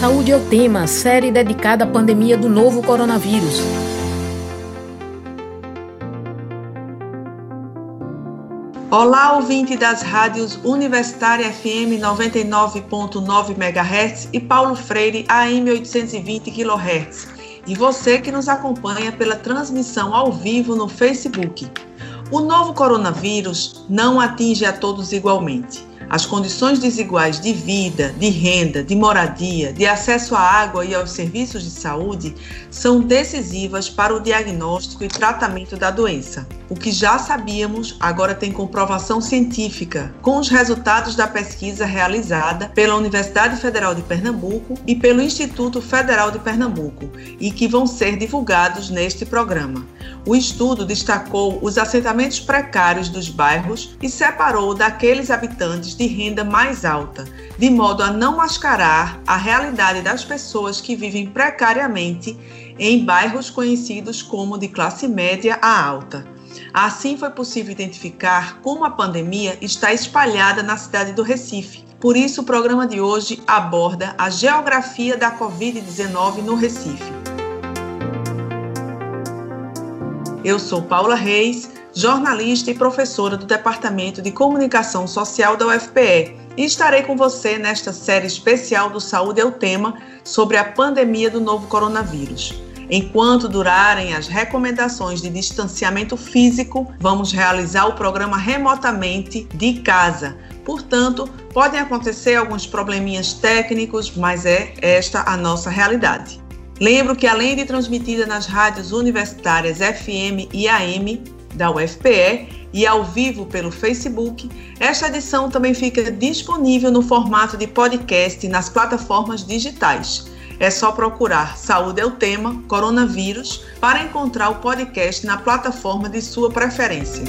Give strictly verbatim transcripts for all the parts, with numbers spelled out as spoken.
Saúde é o tema, série dedicada à pandemia do novo coronavírus. Olá, ouvinte das rádios Universitária F M noventa e nove ponto nove megahertz e Paulo Freire A M oitocentos e vinte quilohertz. E você que nos acompanha pela transmissão ao vivo no Facebook. O novo coronavírus não atinge a todos igualmente. As condições desiguais de vida, de renda, de moradia, de acesso à água e aos serviços de saúde são decisivas para o diagnóstico e tratamento da doença. O que já sabíamos agora tem comprovação científica, com os resultados da pesquisa realizada pela Universidade Federal de Pernambuco e pelo Instituto Federal de Pernambuco, e que vão ser divulgados neste programa. O estudo destacou os assentamentos precários dos bairros e separou daqueles habitantes de renda mais alta, de modo a não mascarar a realidade das pessoas que vivem precariamente em bairros conhecidos como de classe média a alta. Assim foi possível identificar como a pandemia está espalhada na cidade do Recife. Por isso, o programa de hoje aborda a geografia da covid dezenove no Recife. Eu sou Paula Reis, jornalista e professora do Departamento de Comunicação Social da U F P E, e estarei com você nesta série especial do Saúde é o Tema sobre a pandemia do novo coronavírus. Enquanto durarem as recomendações de distanciamento físico, vamos realizar o programa remotamente de casa. Portanto, podem acontecer alguns probleminhas técnicos, mas é esta a nossa realidade. Lembro que, além de transmitida nas rádios universitárias F M e A M da U F P E e ao vivo pelo Facebook, esta edição também fica disponível no formato de podcast nas plataformas digitais. É só procurar Saúde é o Tema, Coronavírus, para encontrar o podcast na plataforma de sua preferência.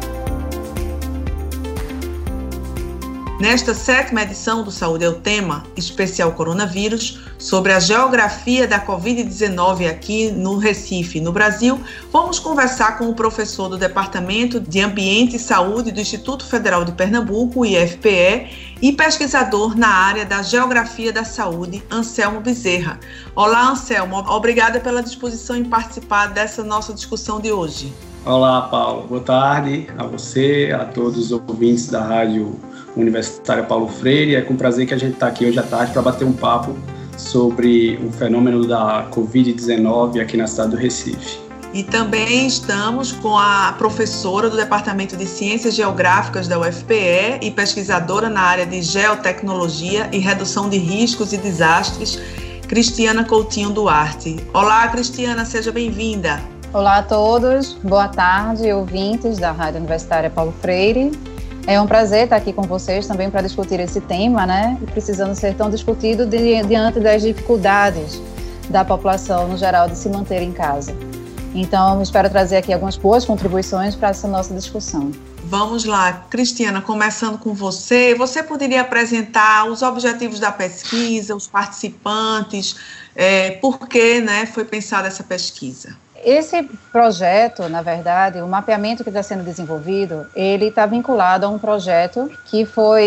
Nesta sétima edição do Saúde é o Tema, especial Coronavírus, sobre a geografia da covid dezenove aqui no Recife, no Brasil, vamos conversar com o professor do Departamento de Ambiente e Saúde do Instituto Federal de Pernambuco, I F P E, e pesquisador na área da Geografia da Saúde, Anselmo Bezerra. Olá, Anselmo, obrigada pela disposição em participar dessa nossa discussão de hoje. Olá, Paulo. Boa tarde a você, a todos os ouvintes da Rádio Universitária Paulo Freire. É com prazer que a gente está aqui hoje à tarde para bater um papo sobre o fenômeno da covid dezenove aqui na cidade do Recife. E também estamos com a professora do Departamento de Ciências Geográficas da U F P E e pesquisadora na área de Geotecnologia e Redução de Riscos e Desastres, Cristiana Coutinho Duarte. Olá, Cristiana, seja bem-vinda. Olá a todos, boa tarde, ouvintes da Rádio Universitária Paulo Freire. É um prazer estar aqui com vocês também para discutir esse tema, né? E precisando ser tão discutido di- diante das dificuldades da população no geral de se manter em casa. Então, espero trazer aqui algumas boas contribuições para essa nossa discussão. Vamos lá, Cristiana, começando com você. Você poderia apresentar os objetivos da pesquisa, os participantes, é, por que, né, foi pensada essa pesquisa? Esse projeto, na verdade, o mapeamento que está sendo desenvolvido, ele está vinculado a um projeto que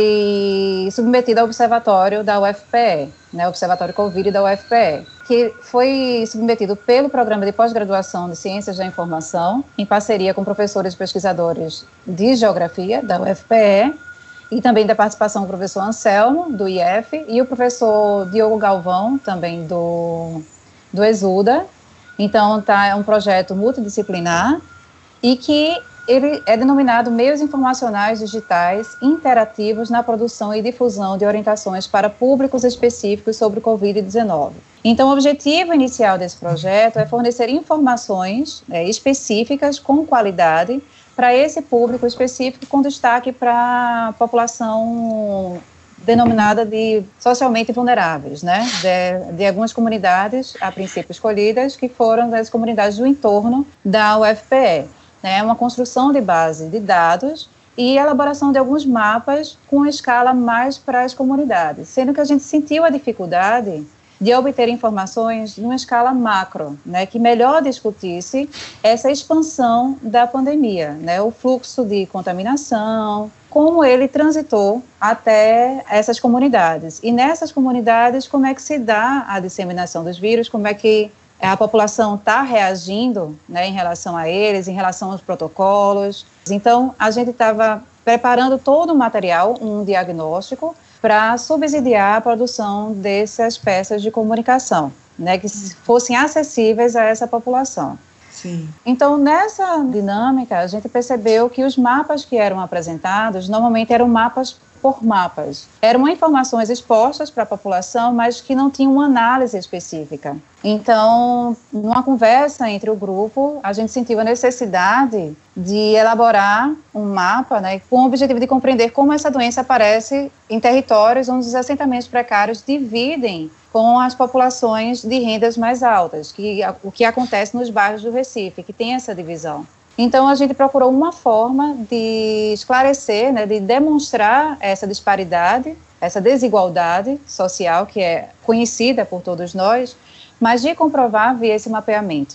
foi submetido ao observatório da U F P E, né, Observatório Covid da U F P E, que foi submetido pelo Programa de Pós-Graduação de Ciências da Informação, em parceria com professores e pesquisadores de Geografia da U F P E, e também da participação do professor Anselmo, do I F, e o professor Diogo Galvão, também do, do Exuda. Então, tá, é um projeto multidisciplinar e que ele é denominado Meios Informacionais Digitais Interativos na Produção e Difusão de Orientações para Públicos Específicos sobre covid dezenove. Então, o objetivo inicial desse projeto é fornecer informações é, específicas com qualidade para esse público específico, com destaque para a população denominada de socialmente vulneráveis, né, de, de algumas comunidades, a princípio escolhidas, que foram das comunidades do entorno da U F P E. É uma construção de base de dados e elaboração de alguns mapas com escala mais para as comunidades, sendo que a gente sentiu a dificuldade de obter informações numa escala macro, né, que melhor discutisse essa expansão da pandemia, né, o fluxo de contaminação, como ele transitou até essas comunidades. E nessas comunidades, como é que se dá a disseminação dos vírus, como é que a população está reagindo, né, em relação a eles, em relação aos protocolos. Então, a gente estava preparando todo o material, um diagnóstico, para subsidiar a produção dessas peças de comunicação, né, que fossem acessíveis a essa população. Sim. Então, nessa dinâmica, a gente percebeu que os mapas que eram apresentados, normalmente eram mapas por mapas. Eram informações expostas para a população, mas que não tinham uma análise específica. Então, numa conversa entre o grupo, a gente sentiu a necessidade de elaborar um mapa, né, com o objetivo de compreender como essa doença aparece em territórios onde os assentamentos precários dividem com as populações de rendas mais altas, que, o que acontece nos bairros do Recife, que tem essa divisão. Então, a gente procurou uma forma de esclarecer, né, de demonstrar essa disparidade, essa desigualdade social que é conhecida por todos nós, mas de comprovar via esse mapeamento.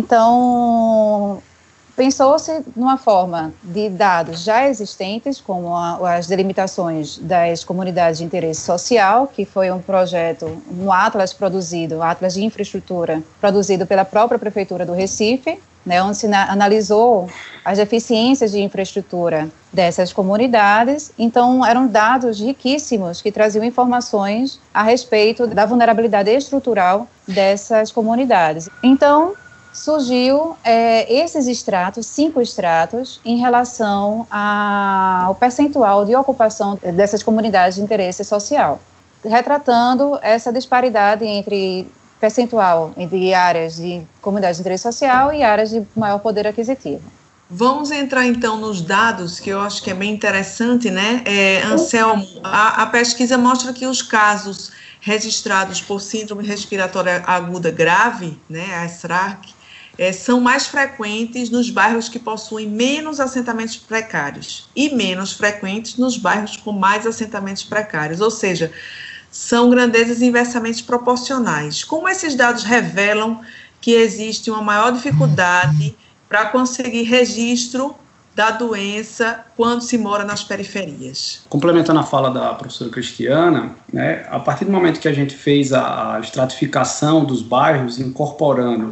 Então, pensou-se numa forma de dados já existentes, como a, as delimitações das comunidades de interesse social, que foi um projeto, um atlas produzido, atlas de infraestrutura, produzido pela própria Prefeitura do Recife, né, onde se analisou as deficiências de infraestrutura dessas comunidades. Então, eram dados riquíssimos que traziam informações a respeito da vulnerabilidade estrutural dessas comunidades. Então, surgiu é, esses extratos, cinco extratos, em relação a, ao percentual de ocupação dessas comunidades de interesse social, retratando essa disparidade entre percentual entre áreas de comunidades de interesse social e áreas de maior poder aquisitivo. Vamos entrar, então, nos dados, que eu acho que é bem interessante, né? É, Anselmo, a, a pesquisa mostra que os casos registrados por síndrome respiratória aguda grave, né, a S R A C, é, são mais frequentes nos bairros que possuem menos assentamentos precários e menos frequentes nos bairros com mais assentamentos precários, ou seja, são grandezas inversamente proporcionais. Como esses dados revelam que existe uma maior dificuldade para conseguir registro da doença quando se mora nas periferias? Complementando a fala da professora Cristiana, né, a partir do momento que a gente fez a, a estratificação dos bairros, incorporando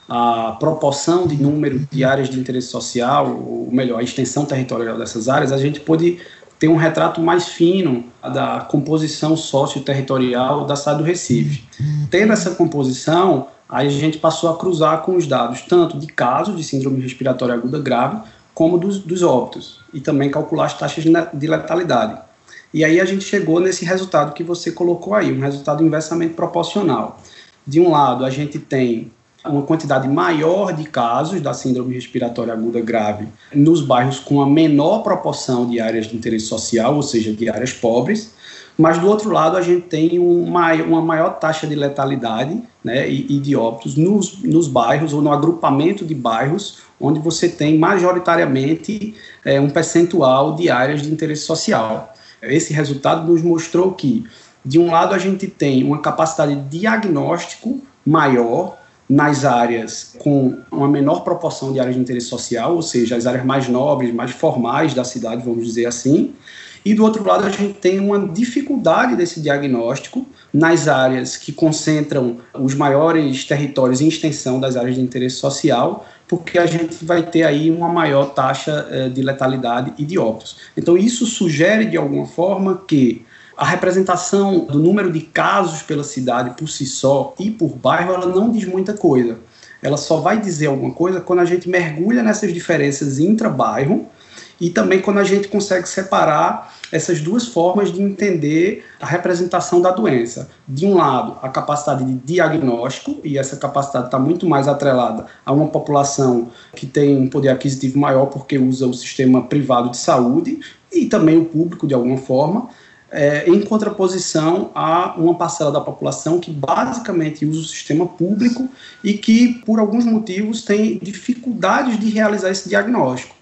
a proporção de número de áreas de interesse social, ou melhor, a extensão territorial dessas áreas, a gente pôde ter um retrato mais fino da composição socio-territorial da cidade do Recife. Tendo essa composição, aí a gente passou a cruzar com os dados tanto de casos de síndrome respiratória aguda grave, como dos, dos óbitos, e também calcular as taxas de letalidade. E aí a gente chegou nesse resultado que você colocou aí, um resultado inversamente proporcional. De um lado, a gente tem uma quantidade maior de casos da síndrome respiratória aguda grave nos bairros com a menor proporção de áreas de interesse social, ou seja, de áreas pobres, mas do outro lado a gente tem uma, uma maior taxa de letalidade, né, e, e de óbitos nos, nos bairros ou no agrupamento de bairros onde você tem majoritariamente é, um percentual de áreas de interesse social. Esse resultado nos mostrou que, de um lado, a gente tem uma capacidade de diagnóstico maior nas áreas com uma menor proporção de áreas de interesse social, ou seja, as áreas mais nobres, mais formais da cidade, vamos dizer assim, e do outro lado a gente tem uma dificuldade desse diagnóstico nas áreas que concentram os maiores territórios em extensão das áreas de interesse social, porque a gente vai ter aí uma maior taxa eh, de letalidade e de óbitos. Então isso sugere de alguma forma que a representação do número de casos pela cidade por si só e por bairro, ela não diz muita coisa. Ela só vai dizer alguma coisa quando a gente mergulha nessas diferenças intra-bairro e também quando a gente consegue separar essas duas formas de entender a representação da doença. De um lado, a capacidade de diagnóstico, e essa capacidade está muito mais atrelada a uma população que tem um poder aquisitivo maior porque usa o sistema privado de saúde e também o público de alguma forma, É, em contraposição a uma parcela da população que basicamente usa o sistema público e que, por alguns motivos, tem dificuldades de realizar esse diagnóstico.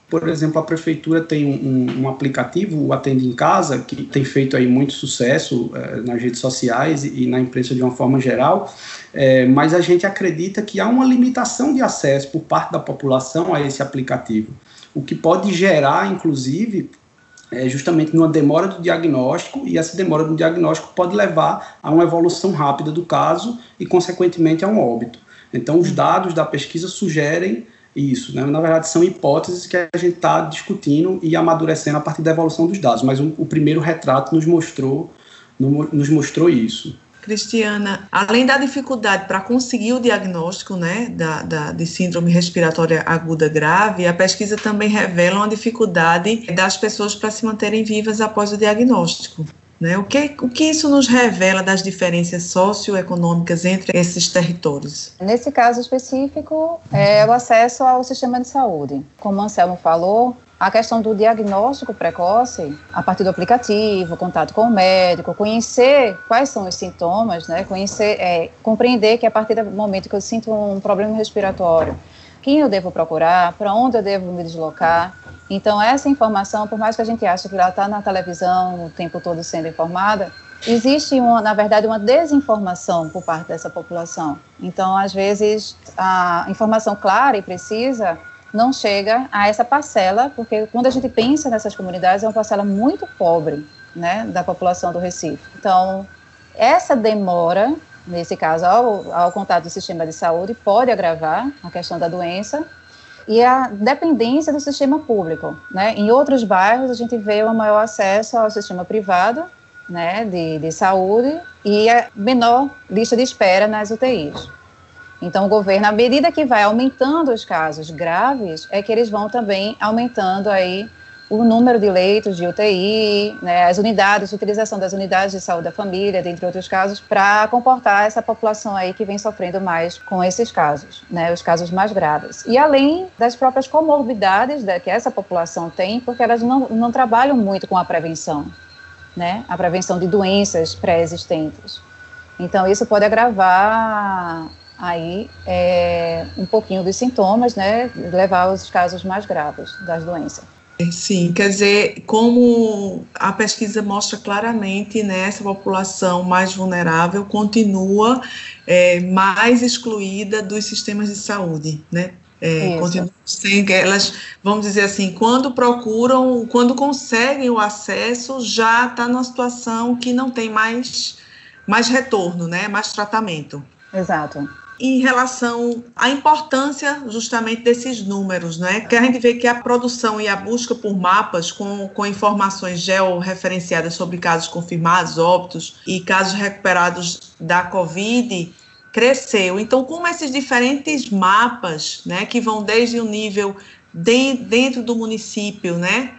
Por exemplo, a prefeitura tem um, um aplicativo, o Atende em Casa, que tem feito aí muito sucesso eh, nas redes sociais e, e na imprensa de uma forma geral, eh, mas a gente acredita que há uma limitação de acesso por parte da população a esse aplicativo, o que pode gerar, inclusive, é justamente numa demora do diagnóstico, e essa demora do diagnóstico pode levar a uma evolução rápida do caso e, consequentemente, a um óbito. Então, os dados da pesquisa sugerem isso, né? Na verdade, são hipóteses que a gente está discutindo e amadurecendo a partir da evolução dos dados, mas o, o primeiro retrato nos mostrou, no, nos mostrou isso. Cristiana, além da dificuldade para conseguir o diagnóstico, né, da, da, de síndrome respiratória aguda grave, a pesquisa também revela uma dificuldade das pessoas para se manterem vivas após o diagnóstico. Né? O que, o que isso nos revela das diferenças socioeconômicas entre esses territórios? Nesse caso específico, é o acesso ao sistema de saúde. Como o Anselmo falou, a questão do diagnóstico precoce, a partir do aplicativo, contato com o médico, conhecer quais são os sintomas, né? Conhecer, é, compreender que a partir do momento que eu sinto um problema respiratório, quem eu devo procurar, para onde eu devo me deslocar. Então, essa informação, por mais que a gente ache que ela está na televisão o tempo todo sendo informada, existe, uma, na verdade, uma desinformação por parte dessa população. Então, às vezes, a informação clara e precisa não chega a essa parcela, porque quando a gente pensa nessas comunidades, é uma parcela muito pobre, né, da população do Recife. Então, essa demora, nesse caso, ao, ao contato do sistema de saúde, pode agravar a questão da doença e a dependência do sistema público, né. Em outros bairros, a gente vê um maior acesso ao sistema privado, né, de, de saúde e a menor lista de espera nas U T Is. Então, o governo, à medida que vai aumentando os casos graves, é que eles vão também aumentando aí o número de leitos de U T I, né, as unidades, a utilização das unidades de saúde da família, dentre outros casos, para comportar essa população aí que vem sofrendo mais com esses casos, né, os casos mais graves. E além das próprias comorbidades, né, que essa população tem, porque elas não, não trabalham muito com a prevenção, né, a prevenção de doenças pré-existentes. Então, isso pode agravar aí é, um pouquinho dos sintomas, né, levar aos casos mais graves das doenças. Sim, quer dizer, como a pesquisa mostra claramente, né, essa população mais vulnerável continua é, mais excluída dos sistemas de saúde, né? É, continua sem elas, vamos dizer assim, quando procuram, quando conseguem o acesso, já está numa situação que não tem mais, mais retorno, né, mais tratamento. Exato. Em relação à importância justamente desses números, né? Que a gente vê que a produção e a busca por mapas com, com informações georreferenciadas sobre casos confirmados, óbitos e casos recuperados da Covid cresceu. Então, como esses diferentes mapas, né, que vão desde o nível de, dentro do município, né,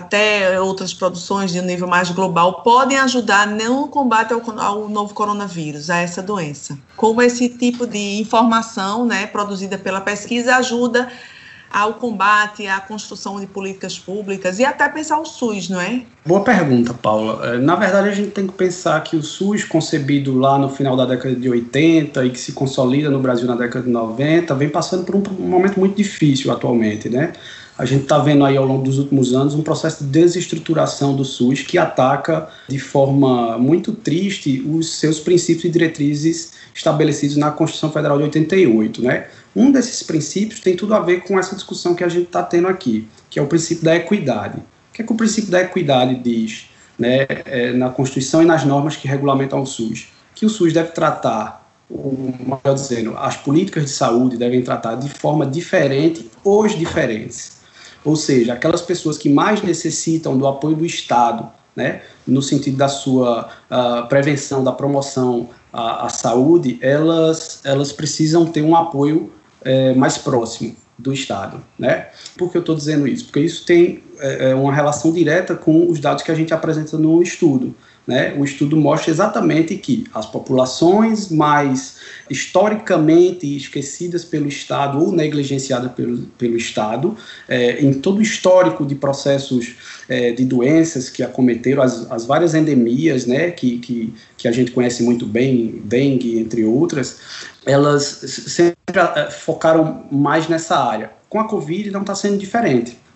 até outras produções de um nível mais global, podem ajudar no combate ao, ao novo coronavírus, a essa doença. Como esse tipo de informação, né, produzida pela pesquisa ajuda ao combate, à construção de políticas públicas e até pensar o SUS, não é? Boa pergunta, Paula. Na verdade, a gente tem que pensar que o SUS, concebido lá no final da década de oitenta e que se consolida no Brasil na década de noventa, vem passando por um momento muito difícil atualmente, né? A gente está vendo aí ao longo dos últimos anos um processo de desestruturação do SUS que ataca de forma muito triste os seus princípios e diretrizes estabelecidos na Constituição Federal de oitenta e oito, né? Um desses princípios tem tudo a ver com essa discussão que a gente está tendo aqui, que é o princípio da equidade. O que é que o princípio da equidade diz, né, é, na Constituição e nas normas que regulamentam o SUS? Que o SUS deve tratar, ou melhor dizendo, as políticas de saúde devem tratar de forma diferente os diferentes. Ou seja, aquelas pessoas que mais necessitam do apoio do Estado, né, no sentido da sua uh, prevenção, da promoção à, à saúde, elas, elas precisam ter um apoio é, mais próximo do Estado, né? Por que eu estou dizendo isso? Porque isso tem é, uma relação direta com os dados que a gente apresenta no estudo, né? O estudo mostra exatamente que as populações mais historicamente esquecidas pelo Estado ou negligenciadas pelo, pelo Estado, é, em todo o histórico de processos é, de doenças que acometeram, as, as várias endemias, né, que, que, que a gente conhece muito bem, dengue, entre outras, elas sempre focaram mais nessa área. Com a Covid não está sendo diferente.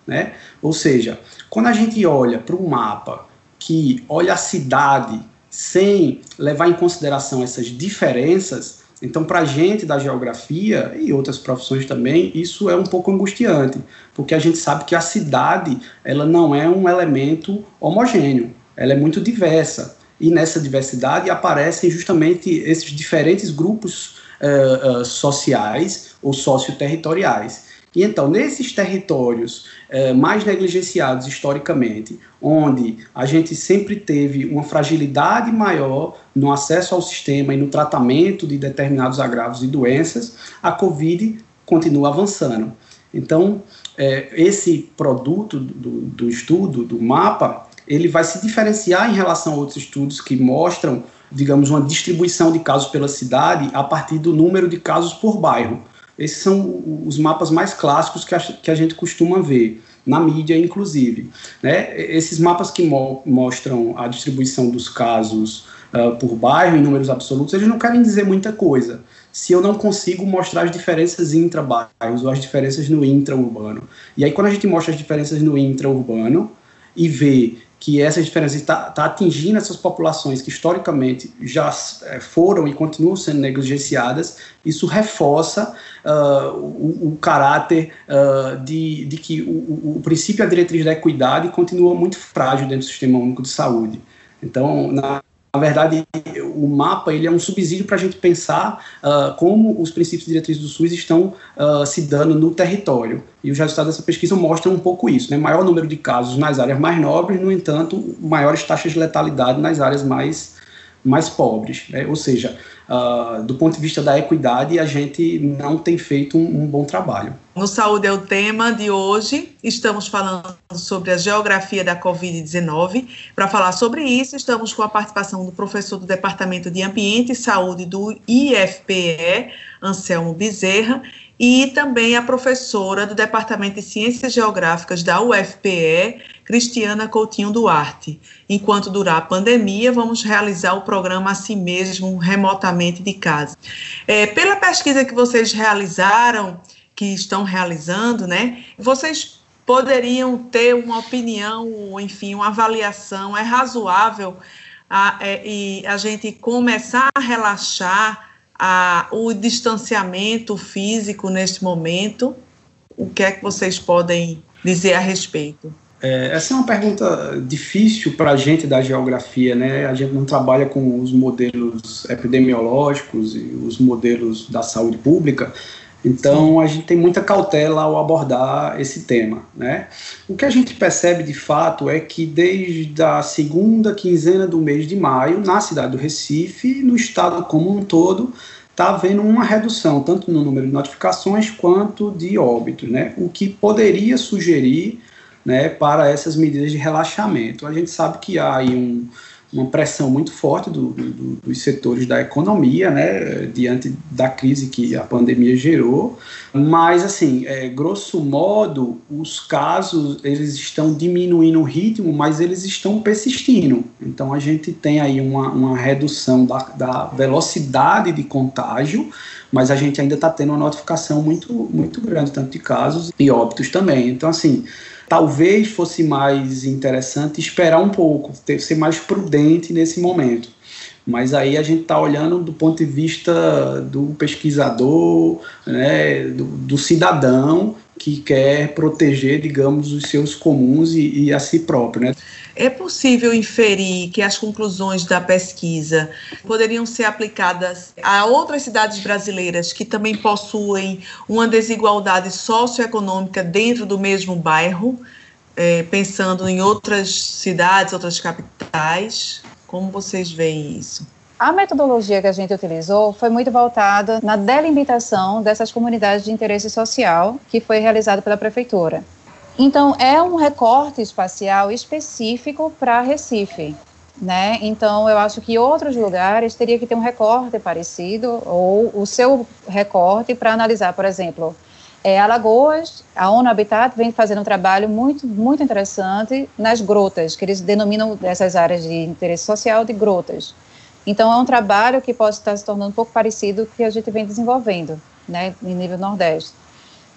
né? Ou seja, quando a gente olha para um mapa que olha a cidade sem levar em consideração essas diferenças, então, para a gente da geografia e outras profissões também, isso é um pouco angustiante, porque a gente sabe que a cidade, ela não é um elemento homogêneo, ela é muito diversa, e nessa diversidade aparecem justamente esses diferentes grupos uh, uh, sociais ou socioterritoriais. E então, nesses territórios eh, mais negligenciados historicamente, onde a gente sempre teve uma fragilidade maior no acesso ao sistema e no tratamento de determinados agravos e doenças, a Covid continua avançando. Então, eh, esse produto do, do estudo, do mapa, ele vai se diferenciar em relação a outros estudos que mostram, digamos, uma distribuição de casos pela cidade a partir do número de casos por bairro. Esses são os mapas mais clássicos que a, que a gente costuma ver, na mídia inclusive, né? Esses mapas que mo mostram a distribuição dos casos uh, por bairro, em números absolutos, eles não querem dizer muita coisa, se eu não consigo mostrar as diferenças intra-bairros ou as diferenças no intra-urbano. E aí, quando a gente mostra as diferenças no intra-urbano e vê que essas diferenças estão tá, tá atingindo essas populações que historicamente já é, foram e continuam sendo negligenciadas, isso reforça uh, o, o caráter uh, de, de que o, o, o princípio e a diretriz da equidade continua muito frágil dentro do Sistema Único de Saúde. Então, na Na verdade, o mapa ele é um subsídio para a gente pensar uh, como os princípios e diretrizes do SUS estão uh, se dando no território. E os resultados dessa pesquisa mostram um pouco isso, né? Maior número de casos nas áreas mais nobres, no entanto, maiores taxas de letalidade nas áreas mais, mais pobres, né? Ou seja, uh, do ponto de vista da equidade, a gente não tem feito um, um bom trabalho. No Saúde é o tema de hoje, estamos falando sobre a geografia da covid dezenove. Para falar sobre isso, estamos com a participação do professor do Departamento de Ambiente e Saúde do I F P E, Anselmo Bezerra, e também a professora do Departamento de Ciências Geográficas da U F P E, Cristiana Coutinho Duarte. Enquanto durar a pandemia, vamos realizar o programa assim mesmo, remotamente de casa. É, pela pesquisa que vocês realizaram, que estão realizando, né, vocês poderiam ter uma opinião, ou, enfim, uma avaliação, é razoável a, é, e a gente começar a relaxar a, o distanciamento físico neste momento? O que é que vocês podem dizer a respeito? É, essa é uma pergunta difícil para a gente da geografia, né? A gente não trabalha com os modelos epidemiológicos e os modelos da saúde pública, então a gente tem muita cautela ao abordar esse tema, né? O que a gente percebe de fato é que desde a segunda quinzena do mês de maio, na cidade do Recife, no estado como um todo, está havendo uma redução, tanto no número de notificações quanto de óbitos, né? O que poderia sugerir, né, para essas medidas de relaxamento. A gente sabe que há aí um, uma pressão muito forte do, do, dos setores da economia, né, diante da crise que a pandemia gerou, mas, assim, é, grosso modo, os casos, eles estão diminuindo o ritmo, mas eles estão persistindo. Então, a gente tem aí uma, uma redução da, da velocidade de contágio, mas a gente ainda está tendo uma notificação muito, muito grande, tanto de casos e óbitos também. Então, assim, talvez fosse mais interessante esperar um pouco, ter, ser mais prudente nesse momento. Mas aí a gente está olhando do ponto de vista do pesquisador, né, do, do cidadão que quer proteger, digamos, os seus comuns e, e a si próprio, né? É possível inferir que as conclusões da pesquisa poderiam ser aplicadas a outras cidades brasileiras que também possuem uma desigualdade socioeconômica dentro do mesmo bairro, é, pensando em outras cidades, outras capitais? Como vocês veem isso? A metodologia que a gente utilizou foi muito voltada na delimitação dessas comunidades de interesse social que foi realizada pela Prefeitura. Então, é um recorte espacial específico para Recife, né? Então, eu acho que outros lugares teria que ter um recorte parecido, ou o seu recorte para analisar, por exemplo, é, Alagoas, a ONU Habitat vem fazendo um trabalho muito, muito interessante nas grotas, que eles denominam essas áreas de interesse social de grotas. Então, é um trabalho que pode estar se tornando um pouco parecido com o que a gente vem desenvolvendo, né, em nível Nordeste.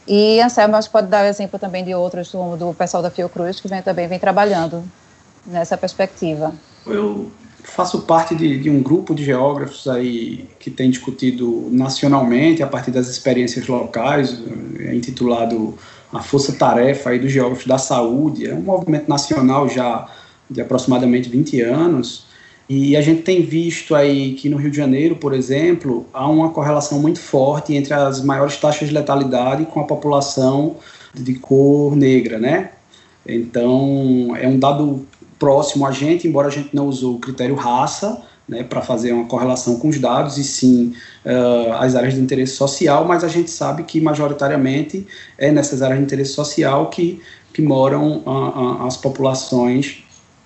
E Anselmo, acho que pode dar exemplo também de outros, como do pessoal da Fiocruz, que vem, também vem trabalhando nessa perspectiva. Eu faço parte de, de um grupo de geógrafos aí que tem discutido nacionalmente, a partir das experiências locais, é intitulado A Força Tarefa aí dos Geógrafos da Saúde. É um movimento nacional já de aproximadamente vinte anos, e a gente tem visto aí que no Rio de Janeiro, por exemplo, há uma correlação muito forte entre as maiores taxas de letalidade com a população de cor negra, né? Então, é um dado próximo a gente, embora a gente não usou o critério raça, né, para fazer uma correlação com os dados, e sim uh, as áreas de interesse social, mas a gente sabe que majoritariamente é nessas áreas de interesse social que, que moram uh, uh, as populações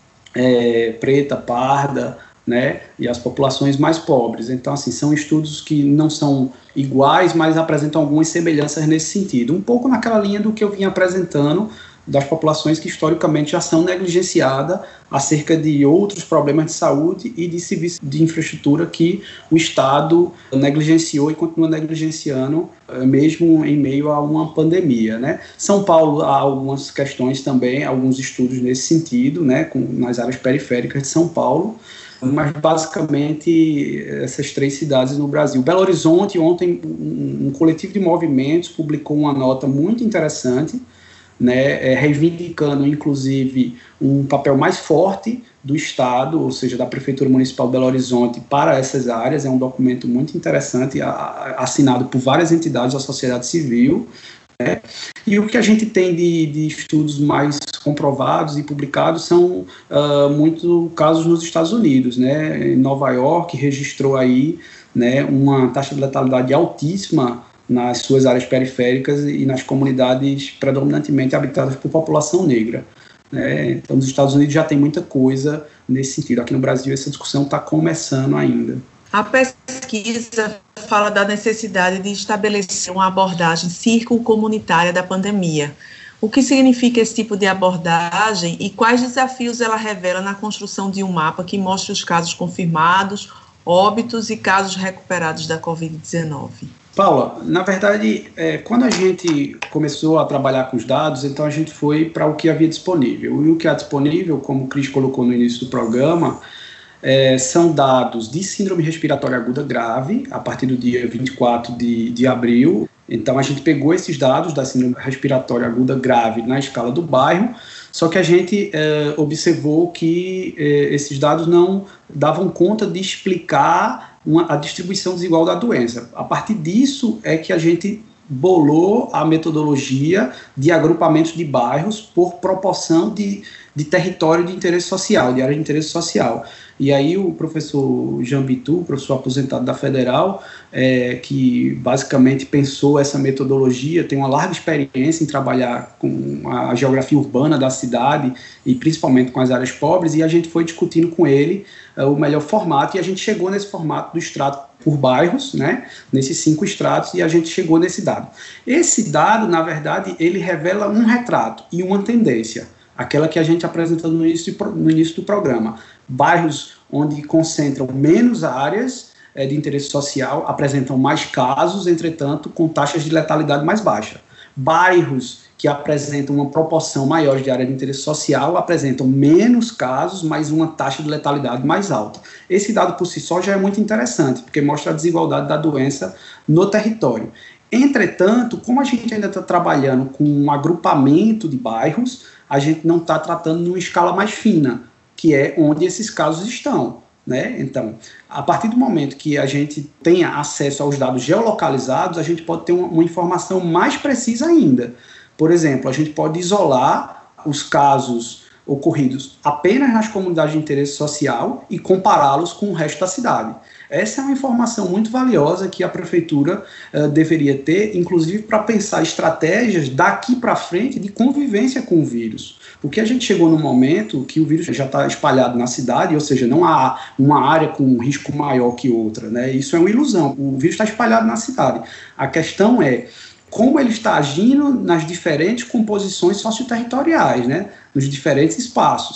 É, preta, parda, né, e as populações mais pobres. Então, assim, são estudos que não são iguais, mas apresentam algumas semelhanças nesse sentido. Um pouco naquela linha do que eu vinha apresentando das populações que historicamente já são negligenciadas acerca de outros problemas de saúde e de serviços de infraestrutura que o Estado negligenciou e continua negligenciando, mesmo em meio a uma pandemia, né? São Paulo há algumas questões também, alguns estudos nesse sentido, né, com, nas áreas periféricas de São Paulo, mas basicamente essas três cidades no Brasil. Belo Horizonte, ontem um, um coletivo de movimentos publicou uma nota muito interessante, né, é, reivindicando, inclusive, um papel mais forte do Estado, ou seja, da Prefeitura Municipal de Belo Horizonte para essas áreas. É um documento muito interessante, a, a, assinado por várias entidades da sociedade civil, né, e o que a gente tem de, de estudos mais comprovados e publicados são uh, muito casos nos Estados Unidos, né, em Nova York registrou aí, né, uma taxa de letalidade altíssima nas suas áreas periféricas e nas comunidades predominantemente habitadas por população negra, né? Então, nos Estados Unidos já tem muita coisa nesse sentido. Aqui no Brasil, essa discussão está começando ainda. A pesquisa fala da necessidade de estabelecer uma abordagem circuncomunitária da pandemia. O que significa esse tipo de abordagem e quais desafios ela revela na construção de um mapa que mostre os casos confirmados, óbitos e casos recuperados da covid dezenove? Paula, na verdade, é, quando a gente começou a trabalhar com os dados, então a gente foi para o que havia disponível. E o que há disponível, como o Cris colocou no início do programa, é, são dados de síndrome respiratória aguda grave, a partir do dia vinte e quatro de abril. Então a gente pegou esses dados da síndrome respiratória aguda grave na escala do bairro, só que a gente é, observou que é, esses dados não davam conta de explicar uma, a distribuição desigual da doença. A partir disso é que a gente bolou a metodologia de agrupamentos de bairros por proporção de, de território de interesse social, de área de interesse social. E aí o professor Jean Bitu, professor aposentado da Federal, é, que basicamente pensou essa metodologia, tem uma larga experiência em trabalhar com a geografia urbana da cidade e principalmente com as áreas pobres, e a gente foi discutindo com ele é, o melhor formato, e a gente chegou nesse formato do extrato por bairros, né, nesses cinco estratos, e a gente chegou nesse dado. Esse dado, na verdade, ele revela um retrato e uma tendência, aquela que a gente apresentou no início, no início do programa. Bairros onde concentram menos áreas é, de interesse social apresentam mais casos, entretanto, com taxas de letalidade mais baixa. Bairros que apresentam uma proporção maior de área de interesse social apresentam menos casos, mas uma taxa de letalidade mais alta. Esse dado por si só já é muito interessante, porque mostra a desigualdade da doença no território. Entretanto, como a gente ainda está trabalhando com um agrupamento de bairros, a gente não está tratando numa escala mais fina, que é onde esses casos estão, né? Então, a partir do momento que a gente tenha acesso aos dados geolocalizados, a gente pode ter uma, uma informação mais precisa ainda. Por exemplo, a gente pode isolar os casos ocorridos apenas nas comunidades de interesse social e compará-los com o resto da cidade. Essa é uma informação muito valiosa que a prefeitura uh, deveria ter, inclusive para pensar estratégias daqui para frente de convivência com o vírus. Porque a gente chegou num momento que o vírus já está espalhado na cidade, ou seja, não há uma área com um risco maior que outra, né? Isso é uma ilusão. O vírus está espalhado na cidade. A questão é como ele está agindo nas diferentes composições socioterritoriais, né? Nos diferentes espaços.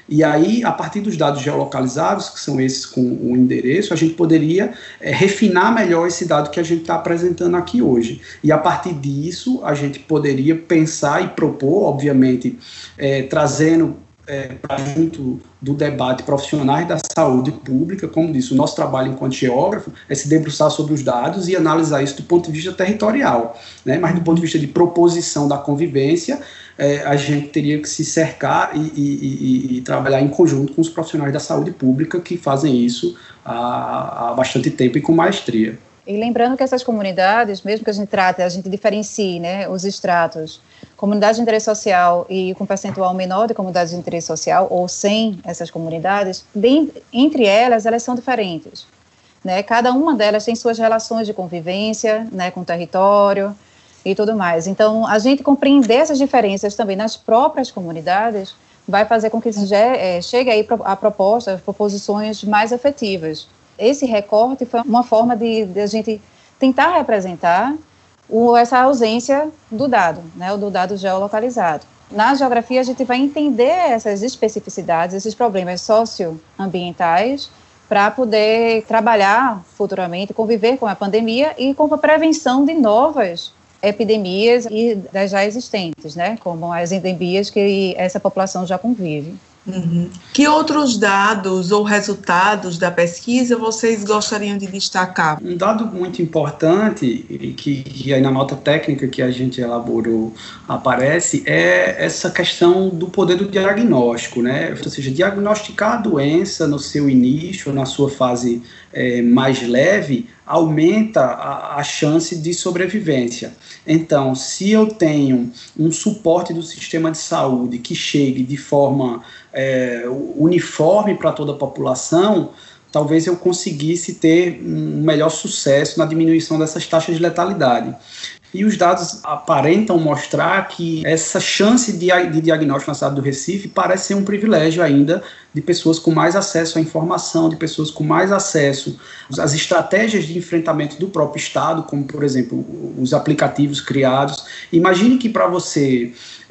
E aí, a partir dos dados geolocalizados, que são esses com o endereço, a gente poderia é, refinar melhor esse dado que a gente está apresentando aqui hoje. E a partir disso, a gente poderia pensar e propor, obviamente, é, trazendo é, para junto do debate profissionais da saúde pública, como disse, o nosso trabalho enquanto geógrafo é se debruçar sobre os dados e analisar isso do ponto de vista territorial, né? Mas do ponto de vista de proposição da convivência, é, a gente teria que se cercar e, e, e, e trabalhar em conjunto com os profissionais da saúde pública que fazem isso há, há bastante tempo e com maestria. E lembrando que essas comunidades, mesmo que a gente trate, a gente diferencie, né, os estratos, comunidade de interesse social e com percentual menor de comunidades de interesse social, ou sem essas comunidades, bem, entre elas, elas são diferentes, né? Cada uma delas tem suas relações de convivência, né, com o território e tudo mais. Então, a gente compreender essas diferenças também nas próprias comunidades vai fazer com que se é, chegue aí a propostas, proposições mais efetivas. Esse recorte foi uma forma de, de a gente tentar representar o, essa ausência do dado, né, o do dado geolocalizado. Na geografia, a gente vai entender essas especificidades, esses problemas socioambientais, para poder trabalhar futuramente, conviver com a pandemia e com a prevenção de novas epidemias e das já existentes, né, como as endemias que essa população já convive. Uhum. Que outros dados ou resultados da pesquisa vocês gostariam de destacar? Um dado muito importante, e que, que aí na nota técnica que a gente elaborou aparece, é essa questão do poder do diagnóstico, né? Ou seja, diagnosticar a doença no seu início, na sua fase é, mais leve, aumenta a, a chance de sobrevivência. Então, se eu tenho um suporte do sistema de saúde que chegue de forma é, uniforme para toda a população, talvez eu conseguisse ter um melhor sucesso na diminuição dessas taxas de letalidade. E os dados aparentam mostrar que essa chance de, de diagnóstico na cidade do Recife parece ser um privilégio ainda de pessoas com mais acesso à informação, de pessoas com mais acesso às estratégias de enfrentamento do próprio Estado, como, por exemplo, os aplicativos criados. Imagine que para você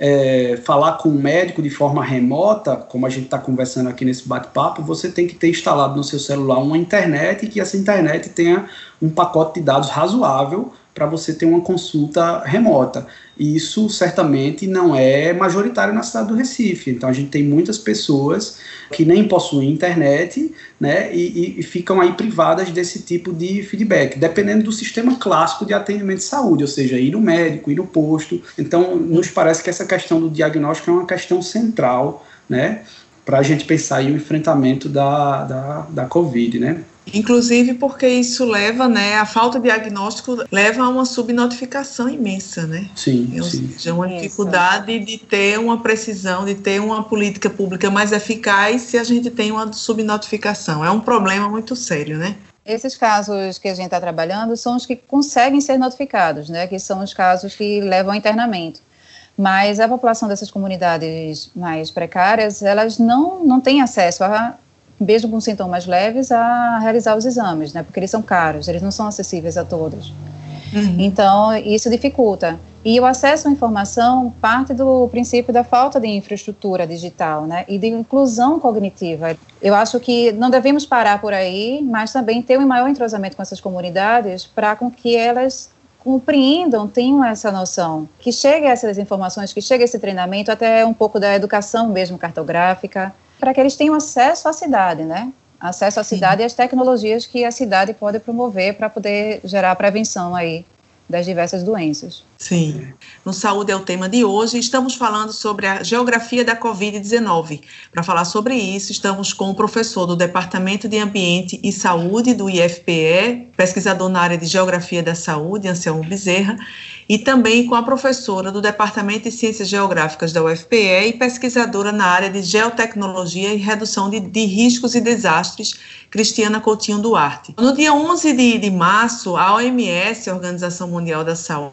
é, falar com um médico de forma remota, como a gente está conversando aqui nesse bate-papo, você tem que ter instalado no seu celular uma internet e que essa internet tenha um pacote de dados razoável para você ter uma consulta remota. E isso certamente não é majoritário na cidade do Recife. Então a gente tem muitas pessoas que nem possuem internet, né, e, e ficam aí privadas desse tipo de feedback, dependendo do sistema clássico de atendimento de saúde, ou seja, ir no médico, ir no posto. Então nos parece que essa questão do diagnóstico é uma questão central, né, para a gente pensar em o enfrentamento da, da, da Covid, né. Inclusive porque isso leva, né, a falta de diagnóstico leva a uma subnotificação imensa, né? Sim, Ou sim. seja, uma dificuldade de ter uma precisão, de ter uma política pública mais eficaz se a gente tem uma subnotificação. É um problema muito sério, né? Esses casos que a gente está trabalhando são os que conseguem ser notificados, né? Que são os casos que levam a internamento. Mas a população dessas comunidades mais precárias, elas não, não têm acesso a, mesmo com sintomas leves, a realizar os exames, né? Porque eles são caros, eles não são acessíveis a todos. Uhum. Então, isso dificulta. E o acesso à informação parte do princípio da falta de infraestrutura digital, né? E de inclusão cognitiva. Eu acho que não devemos parar por aí, mas também ter um maior entrosamento com essas comunidades para com que elas compreendam, tenham essa noção, que chegue essas informações, que chegue esse treinamento, até um pouco da educação mesmo cartográfica, para que eles tenham acesso à cidade, né? Acesso à cidade e às tecnologias que a cidade pode promover para poder gerar a prevenção aí das diversas doenças. Sim. No Saúde é o tema de hoje. Estamos falando sobre a geografia da covid dezenove. Para falar sobre isso, estamos com o professor do Departamento de Ambiente e Saúde do I F P E, pesquisador na área de Geografia da Saúde, Anselmo Bezerra, e também com a professora do Departamento de Ciências Geográficas da U F P E e pesquisadora na área de Geotecnologia e Redução de, de Riscos e Desastres, Cristiana Coutinho Duarte. No dia onze de março, a O M S, a Organização Mundial da Saúde,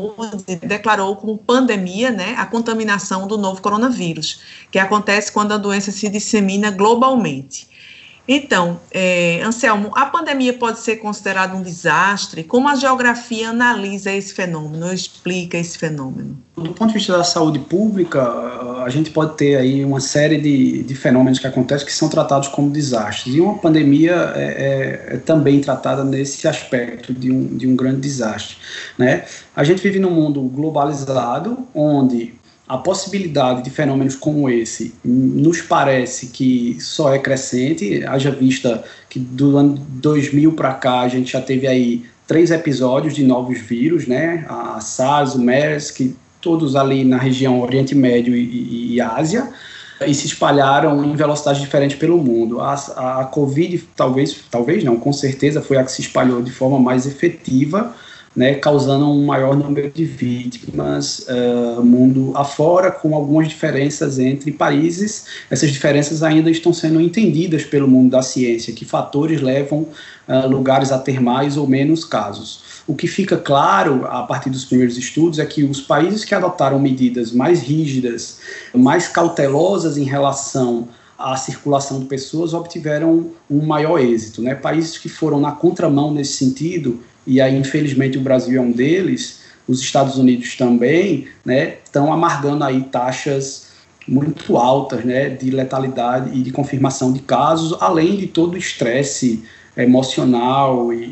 declarou como pandemia, né, a contaminação do novo coronavírus, que acontece quando a doença se dissemina globalmente. Então, é, Anselmo, a pandemia pode ser considerada um desastre? Como a geografia analisa esse fenômeno, explica esse fenômeno? Do ponto de vista da saúde pública, a gente pode ter aí uma série de, de fenômenos que acontecem que são tratados como desastres. E uma pandemia é, é, é também tratada nesse aspecto de um, de um grande desastre, né? A gente vive num mundo globalizado, onde a possibilidade de fenômenos como esse nos parece que só é crescente, haja vista que do ano dois mil para cá a gente já teve aí três episódios de novos vírus, né? A SARS, o MERS, que todos ali na região Oriente Médio e, e, e Ásia, e se espalharam em velocidades diferentes pelo mundo. A, a, a Covid, talvez, talvez não, com certeza foi a que se espalhou de forma mais efetiva, né, causando um maior número de vítimas uh, mundo afora, com algumas diferenças entre países. Essas diferenças ainda estão sendo entendidas pelo mundo da ciência, que fatores levam uh, lugares a ter mais ou menos casos. O que fica claro, a partir dos primeiros estudos, é que os países que adotaram medidas mais rígidas, mais cautelosas em relação à circulação de pessoas, obtiveram um maior êxito, né? Países que foram na contramão nesse sentido, e aí infelizmente o Brasil é um deles, os Estados Unidos também, né, estão amargando aí taxas muito altas, né, de letalidade e de confirmação de casos, além de todo o estresse emocional e,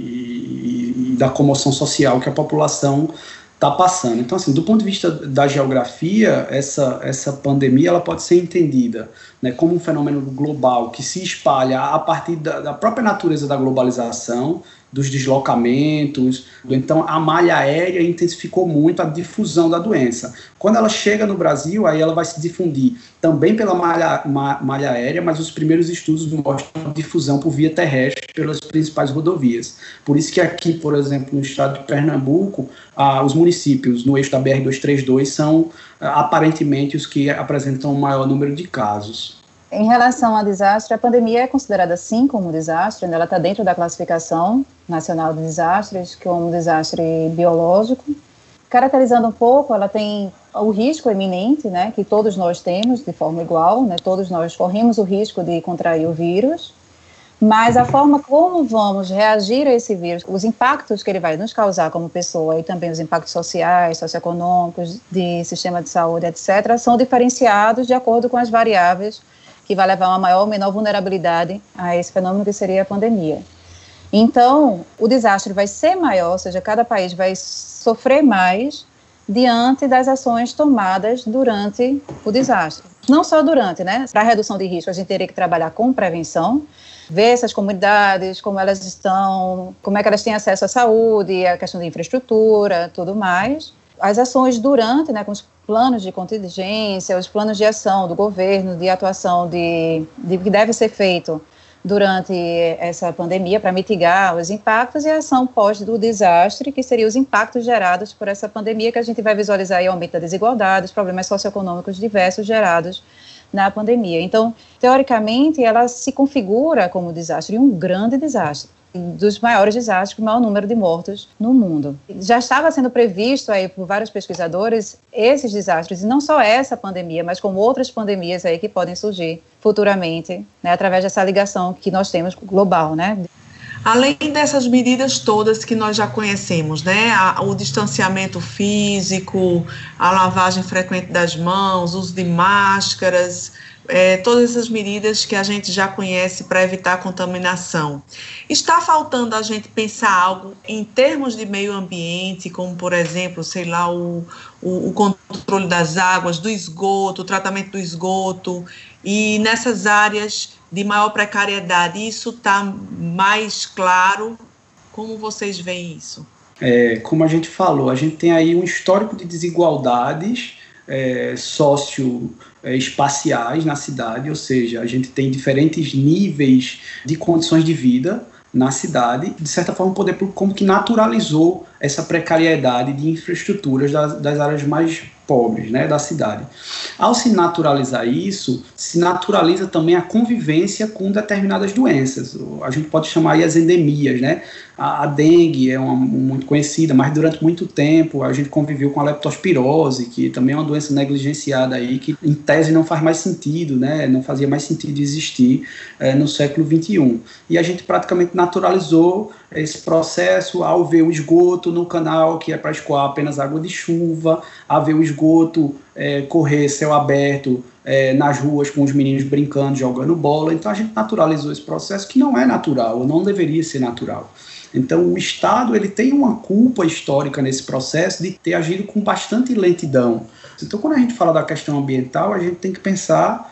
e, e da comoção social que a população está passando. Então, assim, do ponto de vista da geografia, essa, essa pandemia ela pode ser entendida, né, como um fenômeno global que se espalha a partir da, da própria natureza da globalização, dos deslocamentos. Então, a malha aérea intensificou muito a difusão da doença. Quando ela chega no Brasil, aí ela vai se difundir também pela malha, ma, malha aérea, mas os primeiros estudos mostram a difusão por via terrestre pelas principais rodovias. Por isso que aqui, por exemplo, no estado de Pernambuco, ah, os municípios no eixo da B R duzentos e trinta e dois são ah, aparentemente os que apresentam o maior número de casos. Em relação ao desastre, a pandemia é considerada sim como desastre, né? Ela está dentro da classificação nacional de desastres, como um desastre biológico. Caracterizando um pouco, ela tem o risco iminente, né, que todos nós temos de forma igual, né, todos nós corremos o risco de contrair o vírus, mas a forma como vamos reagir a esse vírus, os impactos que ele vai nos causar como pessoa e também os impactos sociais, socioeconômicos, de sistema de saúde, etcétera, são diferenciados de acordo com as variáveis que vai levar a uma maior ou menor vulnerabilidade a esse fenômeno que seria a pandemia. Então, o desastre vai ser maior, ou seja, cada país vai sofrer mais diante das ações tomadas durante o desastre. Não só durante, né? Para a redução de risco, a gente teria que trabalhar com prevenção, ver essas comunidades, como elas estão, como é que elas têm acesso à saúde, a questão de infraestrutura, tudo mais. As ações durante, né, com os planos de contingência, os planos de ação do governo, de atuação de, de que deve ser feito durante essa pandemia para mitigar os impactos, e a ação pós do desastre, que seriam os impactos gerados por essa pandemia, que a gente vai visualizar aí o aumento da desigualdade, os problemas socioeconômicos diversos gerados na pandemia. Então, teoricamente, ela se configura como desastre, um grande desastre, dos maiores desastres, com o maior número de mortos no mundo. Já estava sendo previsto aí por vários pesquisadores esses desastres, e não só essa pandemia, mas como outras pandemias aí que podem surgir futuramente, né, através dessa ligação que nós temos global, né? Além dessas medidas todas que nós já conhecemos, né, a, o distanciamento físico, a lavagem frequente das mãos, uso de máscaras, é, todas essas medidas que a gente já conhece para evitar a contaminação. Está faltando a gente pensar algo em termos de meio ambiente, como, por exemplo, sei lá, o, o, o controle das águas, do esgoto, o tratamento do esgoto, e nessas áreas de maior precariedade, isso está mais claro? Como vocês veem isso? É, como a gente falou, a gente tem aí um histórico de desigualdades é, socioespaciais na cidade, ou seja, a gente tem diferentes níveis de condições de vida na cidade, de certa forma o poder público como que naturalizou essa precariedade de infraestruturas das, das áreas mais pobres, né, da cidade. Ao se naturalizar isso, se naturaliza também a convivência com determinadas doenças. A gente pode chamar aí as endemias, né? A, a dengue é uma muito conhecida, mas durante muito tempo a gente conviveu com a leptospirose, que também é uma doença negligenciada aí, que em tese não faz mais sentido, né? Não fazia mais sentido existir é, no século vinte e um. E a gente praticamente naturalizou esse processo ao ver o esgoto no canal, que é para escoar apenas água de chuva, a ver o esgoto é, correr céu aberto é, nas ruas com os meninos brincando, jogando bola. Então a gente naturalizou esse processo que não é natural, ou não deveria ser natural. Então o Estado ele tem uma culpa histórica nesse processo de ter agido com bastante lentidão. Então quando a gente fala da questão ambiental, a gente tem que pensar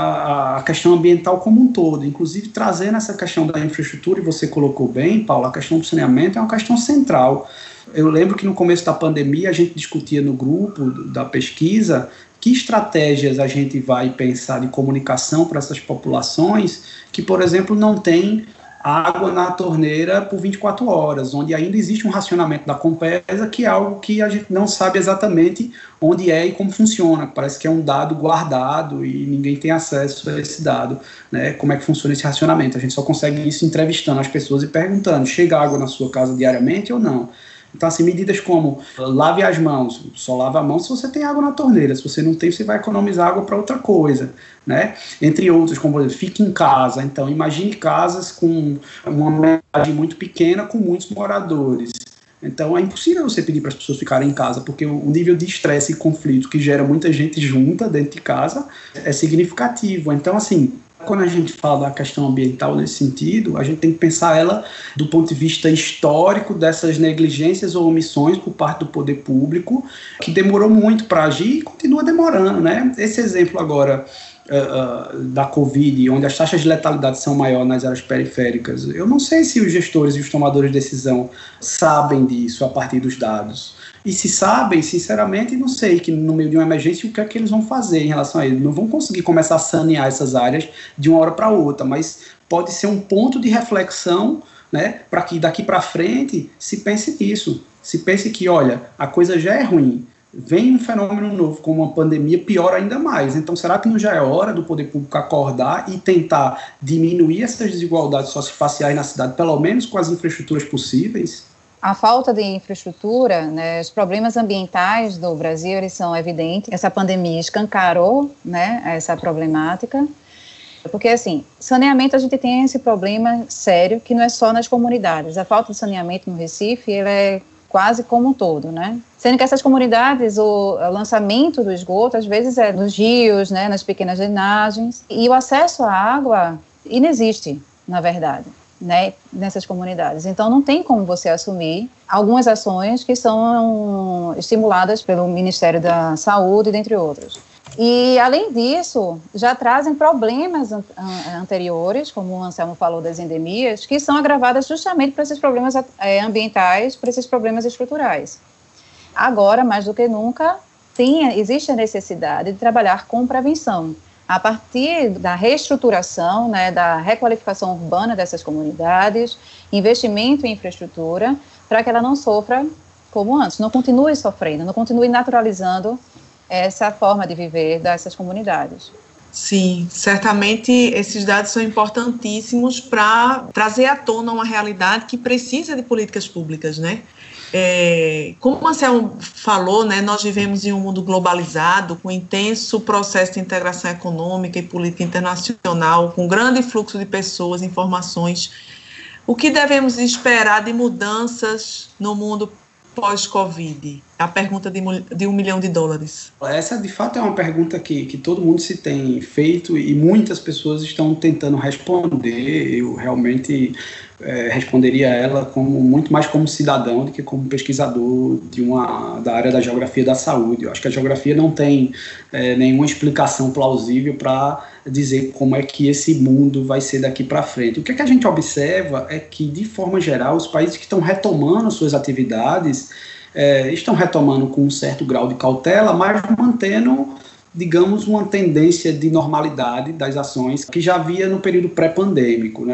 a, a questão ambiental como um todo, inclusive trazendo essa questão da infraestrutura, e você colocou bem, Paulo, a questão do saneamento é uma questão central. Eu lembro que no começo da pandemia a gente discutia no grupo da pesquisa que estratégias a gente vai pensar de comunicação para essas populações que, por exemplo, não têm água na torneira por vinte e quatro horas, onde ainda existe um racionamento da Compesa, que é algo que a gente não sabe exatamente onde é e como funciona. Parece que é um dado guardado e ninguém tem acesso a esse dado, né? Como é que funciona esse racionamento? A gente só consegue isso entrevistando as pessoas e perguntando, chega água na sua casa diariamente ou não? Então, assim, medidas como lave as mãos, só lava a mão se você tem água na torneira, se você não tem, você vai economizar água para outra coisa, né? Entre outros, como, por exemplo, fique em casa. Então, imagine casas com uma metade muito pequena, com muitos moradores. Então, é impossível você pedir para as pessoas ficarem em casa, porque o nível de estresse e conflito que gera muita gente junta dentro de casa é significativo. Então, assim, quando a gente fala da questão ambiental nesse sentido, a gente tem que pensar ela do ponto de vista histórico dessas negligências ou omissões por parte do poder público, que demorou muito para agir e continua demorando, né? Esse exemplo agora uh, uh, da Covid, onde as taxas de letalidade são maiores nas áreas periféricas, eu não sei se os gestores e os tomadores de decisão sabem disso a partir dos dados. E se sabem, sinceramente, não sei que no meio de uma emergência o que é que eles vão fazer em relação a isso. Não vão conseguir começar a sanear essas áreas de uma hora para outra, mas pode ser um ponto de reflexão, né, para que daqui para frente se pense nisso. Se pense que, olha, a coisa já é ruim, vem um fenômeno novo como uma pandemia, pior ainda mais. Então, será que não já é hora do poder público acordar e tentar diminuir essas desigualdades sociofaciais na cidade, pelo menos com as infraestruturas possíveis? A falta de infraestrutura, né, os problemas ambientais do Brasil, eles são evidentes. Essa pandemia escancarou, né, essa problemática. Porque, assim, saneamento, a gente tem esse problema sério, que não é só nas comunidades. A falta de saneamento no Recife, ele é quase como um todo, né? Sendo que essas comunidades, o, o lançamento do esgoto, às vezes é nos rios, né, nas pequenas drenagens. E o acesso à água inexiste, na verdade, né, nessas comunidades. Então, não tem como você assumir algumas ações que são estimuladas pelo Ministério da Saúde, dentre outros. E, além disso, já trazem problemas an- anteriores, como o Anselmo falou das endemias, que são agravadas justamente por esses problemas é, ambientais, por esses problemas estruturais. Agora, mais do que nunca, tem, existe a necessidade de trabalhar com prevenção. A partir da reestruturação, né, da requalificação urbana dessas comunidades, investimento em infraestrutura, para que ela não sofra como antes, não continue sofrendo, não continue naturalizando essa forma de viver dessas comunidades. Sim, certamente esses dados são importantíssimos para trazer à tona uma realidade que precisa de políticas públicas, né? É, como o Anselmo falou, né, nós vivemos em um mundo globalizado, com intenso processo de integração econômica e política internacional, com grande fluxo de pessoas, informações. O que devemos esperar de mudanças no mundo pós-Covid? A pergunta de, de um milhão de dólares. Essa, de fato, é uma pergunta que, que todo mundo se tem feito e muitas pessoas estão tentando responder. Eu realmente é, responderia a ela como, muito mais como cidadão do que como pesquisador de uma, da área da geografia da saúde. Eu acho que a geografia não tem é, nenhuma explicação plausível para dizer como é que esse mundo vai ser daqui para frente. O que, é que a gente observa é que, de forma geral, os países que estão retomando suas atividades É, estão retomando com um certo grau de cautela, mas mantendo, digamos, uma tendência de normalidade das ações que já havia no período pré-pandêmico, né?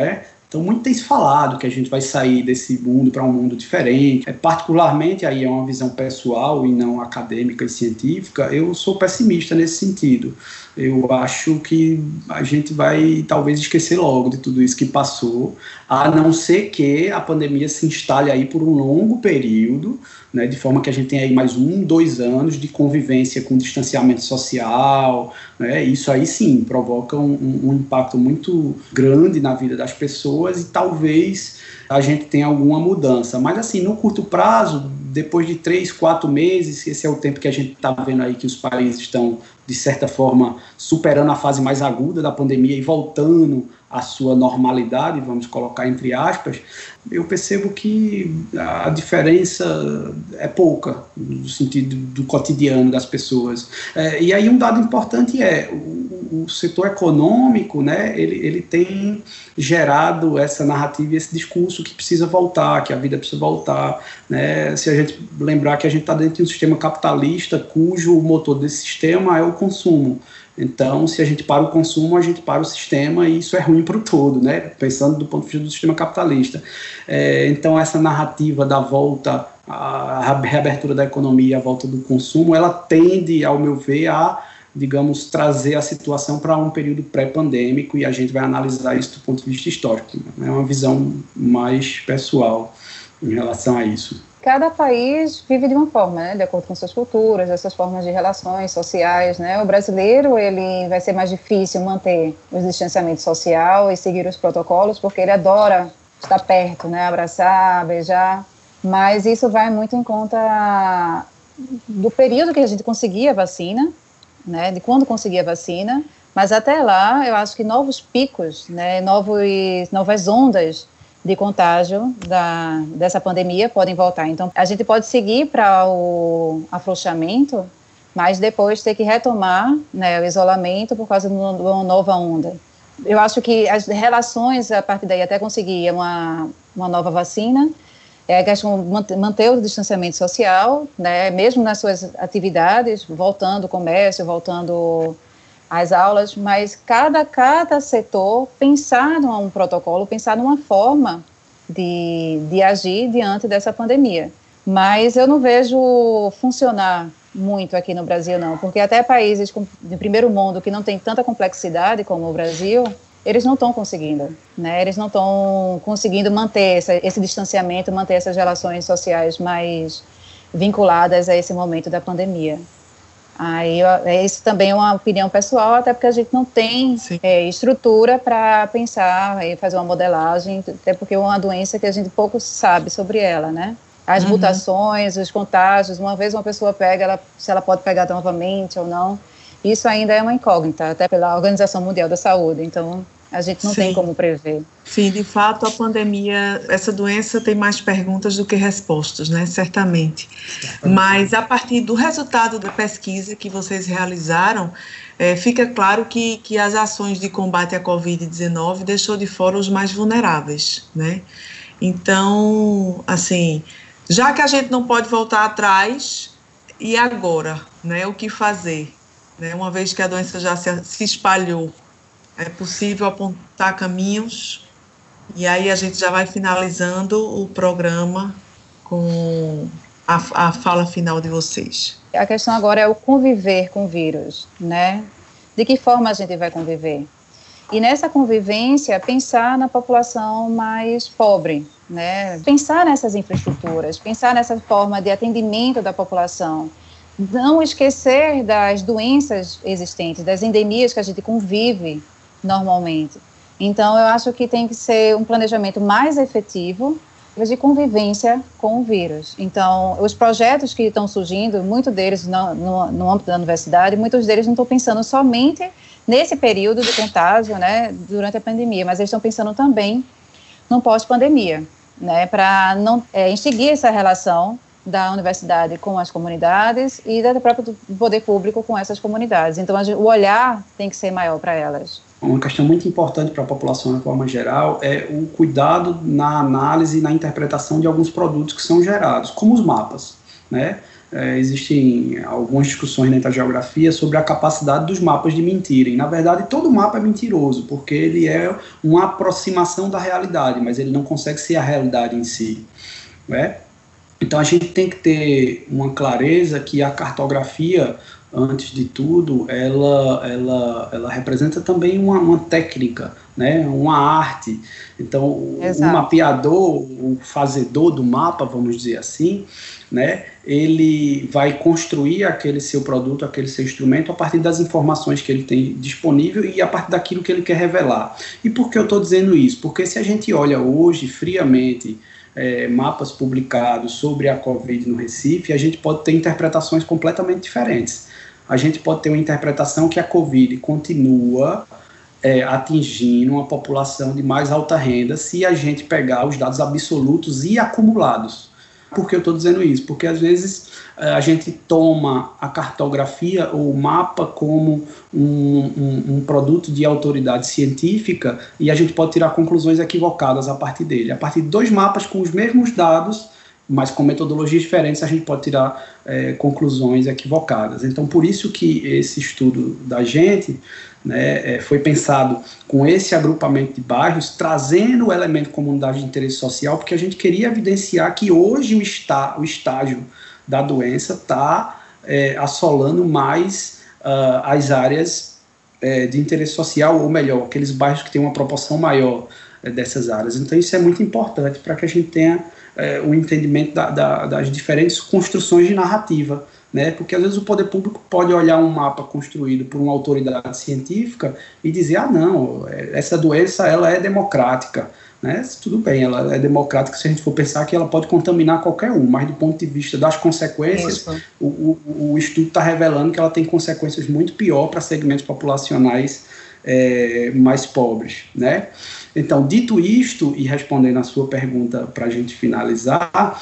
Então, muito tem se falado que a gente vai sair desse mundo para um mundo diferente. É, particularmente, aí é uma visão pessoal e não acadêmica e científica, eu sou pessimista nesse sentido. Eu acho que a gente vai talvez esquecer logo de tudo isso que passou, a não ser que a pandemia se instale aí por um longo período, né, de forma que a gente tenha aí mais um, dois anos de convivência com distanciamento social, né, isso aí sim provoca um, um impacto muito grande na vida das pessoas e talvez a gente tenha alguma mudança. Mas assim, no curto prazo, depois de três, quatro meses, esse é o tempo que a gente está vendo aí que os países estão, de certa forma, superando a fase mais aguda da pandemia e voltando à sua normalidade, vamos colocar entre aspas, eu percebo que a diferença é pouca, no sentido do cotidiano das pessoas. É, e aí um dado importante é, o, o setor econômico, né, ele, ele tem gerado essa narrativa e esse discurso que precisa voltar, que a vida precisa voltar, né? Se a gente lembrar que a gente está dentro de um sistema capitalista cujo motor desse sistema é o consumo. Então, se a gente para o consumo, a gente para o sistema e isso é ruim para o todo, né? Pensando do ponto de vista do sistema capitalista. É, então, essa narrativa da volta, a reabertura da economia, a volta do consumo, ela tende, ao meu ver, a, digamos, trazer a situação para um período pré-pandêmico e a gente vai analisar isso do ponto de vista histórico. É uma visão mais pessoal em relação a isso. Cada país vive de uma forma, né, de acordo com suas culturas, essas formas de relações sociais, né? O brasileiro, ele vai ser mais difícil manter o distanciamento social e seguir os protocolos, porque ele adora estar perto, né, abraçar, beijar, mas isso vai muito em conta do período que a gente conseguia a vacina, né, de quando conseguia a vacina, mas até lá eu acho que novos picos, né, novos, novas ondas de contágio da, dessa pandemia podem voltar. Então, a gente pode seguir para o afrouxamento, mas depois ter que retomar, né, o isolamento por causa de uma nova onda. Eu acho que as relações, a partir daí, até conseguir uma, uma nova vacina, é a questão de manter o distanciamento social, né, mesmo nas suas atividades, voltando ao comércio, voltando às aulas, mas cada, cada setor pensar num protocolo, pensar numa forma de, de agir diante dessa pandemia. Mas eu não vejo funcionar muito aqui no Brasil, não, porque até países de primeiro mundo que não tem tanta complexidade como o Brasil, eles não estão conseguindo, né? Eles não estão conseguindo manter essa, esse distanciamento, manter essas relações sociais mais vinculadas a esse momento da pandemia. Aí, isso também é uma opinião pessoal, até porque a gente não tem é, estrutura para pensar e fazer uma modelagem, até porque é uma doença que a gente pouco sabe sobre ela, né? As uhum. mutações, os contágios, uma vez uma pessoa pega, ela, se ela pode pegar novamente ou não, isso ainda é uma incógnita, até pela Organização Mundial da Saúde, então a gente não Sim. tem como prever. Sim, de fato, a pandemia, essa doença tem mais perguntas do que respostas, né? Certamente. Mas a partir do resultado da pesquisa que vocês realizaram, é, fica claro que, que as ações de combate à covid dezenove deixou de fora os mais vulneráveis, né? Então, assim, já que a gente não pode voltar atrás, e agora, né? O que fazer? Né? Uma vez que a doença já se, se espalhou, é possível apontar caminhos, e aí a gente já vai finalizando o programa com a, a fala final de vocês. A questão agora é o conviver com o vírus, né? De que forma a gente vai conviver? E nessa convivência, pensar na população mais pobre, né? Pensar nessas infraestruturas, pensar nessa forma de atendimento da população, não esquecer das doenças existentes, das endemias que a gente convive normalmente. Então, eu acho que tem que ser um planejamento mais efetivo de convivência com o vírus. Então, os projetos que estão surgindo, muitos deles no, no, no âmbito da universidade, muitos deles não estão pensando somente nesse período de contágio, né, durante a pandemia, mas eles estão pensando também no pós-pandemia, né, para não é, extinguir essa relação da universidade com as comunidades e do próprio poder público com essas comunidades. Então, a gente, o olhar tem que ser maior para elas. Uma questão muito importante para a população de forma geral é o cuidado na análise e na interpretação de alguns produtos que são gerados, como os mapas, né? é, existem algumas discussões dentro da geografia sobre a capacidade dos mapas de mentirem. Na verdade, todo mapa é mentiroso, porque ele é uma aproximação da realidade, mas ele não consegue ser a realidade em si, né? Então a gente tem que ter uma clareza que a cartografia, antes de tudo, ela, ela, ela representa também uma, uma técnica, né, uma arte. Então, Exato. O mapeador, o fazedor do mapa, vamos dizer assim, né, ele vai construir aquele seu produto, aquele seu instrumento a partir das informações que ele tem disponível e a partir daquilo que ele quer revelar. E por que eu estou dizendo isso? Porque se a gente olha hoje, friamente, É, mapas publicados sobre a Covid no Recife, a gente pode ter interpretações completamente diferentes. A gente pode ter uma interpretação que a Covid continua é, atingindo uma população de mais alta renda se a gente pegar os dados absolutos e acumulados. Por que eu estou dizendo isso? Porque às vezes a gente toma a cartografia ou o mapa como um, um, um produto de autoridade científica e a gente pode tirar conclusões equivocadas a partir dele. A partir de dois mapas com os mesmos dados, mas com metodologias diferentes, a gente pode tirar é, conclusões equivocadas. Então, por isso que esse estudo da gente, né, é, foi pensado com esse agrupamento de bairros, trazendo o elemento comunidade de interesse social, porque a gente queria evidenciar que hoje o, está, o estágio da doença está é, assolando mais uh, as áreas é, de interesse social, ou melhor, aqueles bairros que têm uma proporção maior é, dessas áreas. Então isso é muito importante para que a gente tenha é, um entendimento da, da, das diferentes construções de narrativa, né? Porque às vezes o poder público pode olhar um mapa construído por uma autoridade científica e dizer, ah não, essa doença ela é democrática, né? Tudo bem, ela é democrática se a gente for pensar que ela pode contaminar qualquer um, mas do ponto de vista das consequências, o, o, o estudo está revelando que ela tem consequências muito pior para segmentos populacionais é, mais pobres, né? Então, dito isto, e respondendo a sua pergunta para a gente finalizar,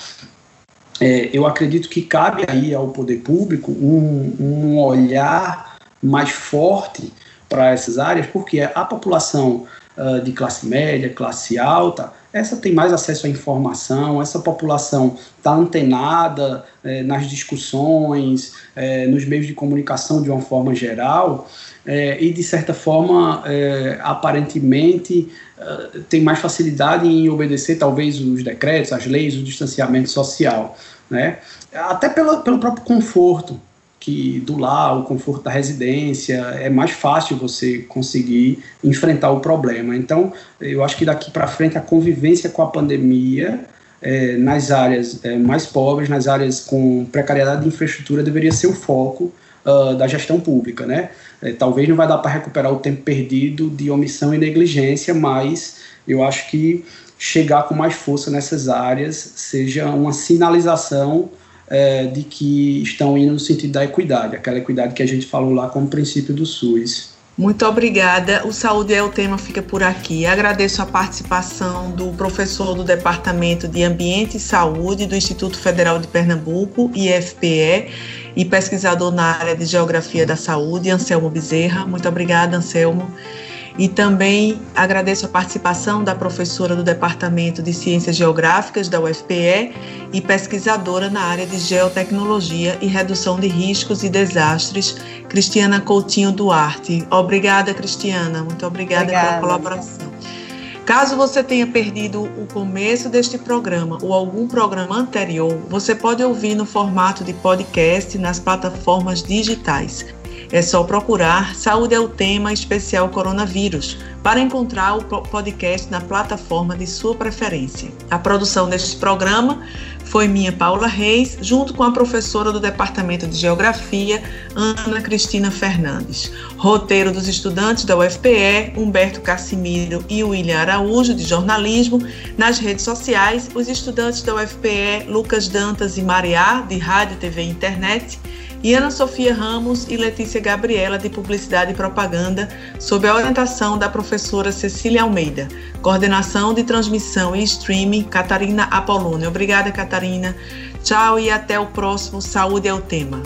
é, eu acredito que cabe aí ao poder público um, um olhar mais forte para essas áreas, porque a população Uh, de classe média, classe alta, essa tem mais acesso à informação, essa população está antenada eh, nas discussões, eh, nos meios de comunicação de uma forma geral, eh, e de certa forma, eh, aparentemente, uh, tem mais facilidade em obedecer talvez os decretos, as leis, o distanciamento social, né? Até pelo, pelo próprio conforto, que do lar, o conforto da residência, é mais fácil você conseguir enfrentar o problema. Então, eu acho que daqui para frente a convivência com a pandemia é, nas áreas é, mais pobres, nas áreas com precariedade de infraestrutura, deveria ser o foco uh, da gestão pública, né? É, talvez não vai dar para recuperar o tempo perdido de omissão e negligência, mas eu acho que chegar com mais força nessas áreas seja uma sinalização É, de que estão indo no sentido da equidade, aquela equidade que a gente falou lá como princípio do SUS. Muito obrigada. O Saúde é o Tema fica por aqui. Agradeço a participação do professor do Departamento de Ambiente e Saúde do Instituto Federal de Pernambuco, I F P E, e pesquisador na área de Geografia da Saúde, Anselmo Bezerra. Muito obrigada, Anselmo. E também agradeço a participação da professora do Departamento de Ciências Geográficas da U F P E e pesquisadora na área de Geotecnologia e Redução de Riscos e Desastres, Cristiana Coutinho Duarte. Obrigada, Cristiana. Muito obrigada, obrigada pela colaboração. Caso você tenha perdido o começo deste programa ou algum programa anterior, você pode ouvir no formato de podcast nas plataformas digitais. É só procurar Saúde é o Tema Especial Coronavírus para encontrar o podcast na plataforma de sua preferência. A produção deste programa foi minha, Paula Reis, junto com a professora do Departamento de Geografia, Ana Cristina Fernandes. Roteiro dos estudantes da U F P E, Humberto Cassimiro e William Araújo, de Jornalismo. Nas redes sociais, os estudantes da U F P E, Lucas Dantas e Mariá, de Rádio, T V e Internet, e Ana Sofia Ramos e Letícia Gabriela, de Publicidade e Propaganda, sob a orientação da professora Cecília Almeida. Coordenação de transmissão e streaming, Catarina Apolônio. Obrigada, Catarina. Tchau e até o próximo Saúde é o Tema.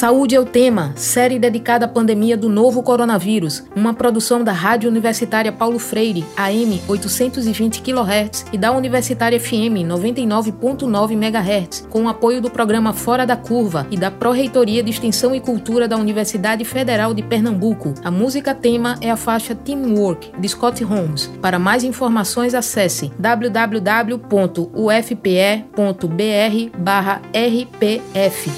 Saúde é o tema, série dedicada à pandemia do novo coronavírus, uma produção da Rádio Universitária Paulo Freire, A M oitocentos e vinte quilohertz, e da Universitária F M noventa e nove ponto nove megahertz, com o apoio do programa Fora da Curva e da Pró-Reitoria de Extensão e Cultura da Universidade Federal de Pernambuco. A música tema é a faixa Teamwork, de Scott Holmes. Para mais informações, acesse w w w ponto u f p e ponto b r barra r p f.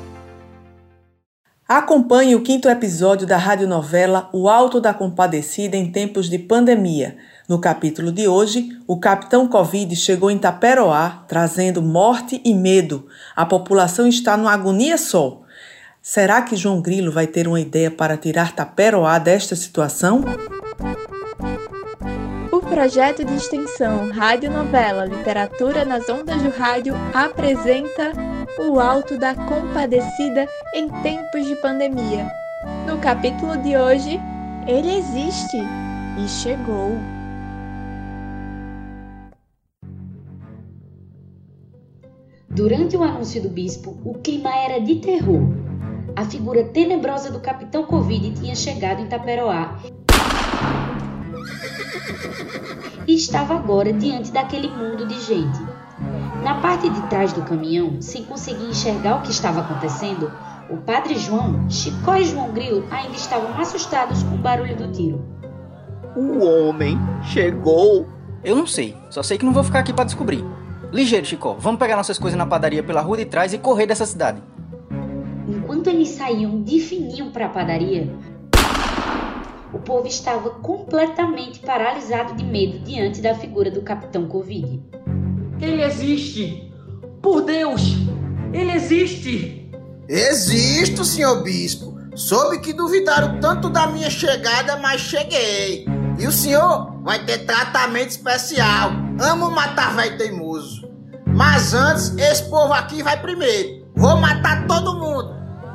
Acompanhe o quinto episódio da radionovela O Alto da Compadecida em Tempos de Pandemia. No capítulo de hoje, o Capitão Covid chegou em Taperoá, trazendo morte e medo. A população está numa agonia só. Será que João Grilo vai ter uma ideia para tirar Taperoá desta situação? O projeto de extensão Radionovela Literatura nas Ondas do Rádio apresenta O Alto da Compadecida em Tempos de Pandemia. No capítulo de hoje, ele existe e chegou. Durante o anúncio do bispo, o clima era de terror. A figura tenebrosa do Capitão Covid tinha chegado em Taperoá e estava agora diante daquele mundo de gente. Na parte de trás do caminhão, sem conseguir enxergar o que estava acontecendo, o Padre João, Chicó e João Grilo ainda estavam assustados com o barulho do tiro. O homem chegou. Eu não sei, só sei que não vou ficar aqui para descobrir. Ligeiro, Chicó, vamos pegar nossas coisas na padaria pela rua de trás e correr dessa cidade. Enquanto eles saíam de fininho para a padaria, o povo estava completamente paralisado de medo diante da figura do Capitão Covid. Ele existe! Por Deus! Ele existe! Existo, senhor bispo. Soube que duvidaram tanto da minha chegada, mas cheguei. E o senhor vai ter tratamento especial. Amo matar velho teimoso. Mas antes, esse povo aqui vai primeiro. Vou matar todo mundo.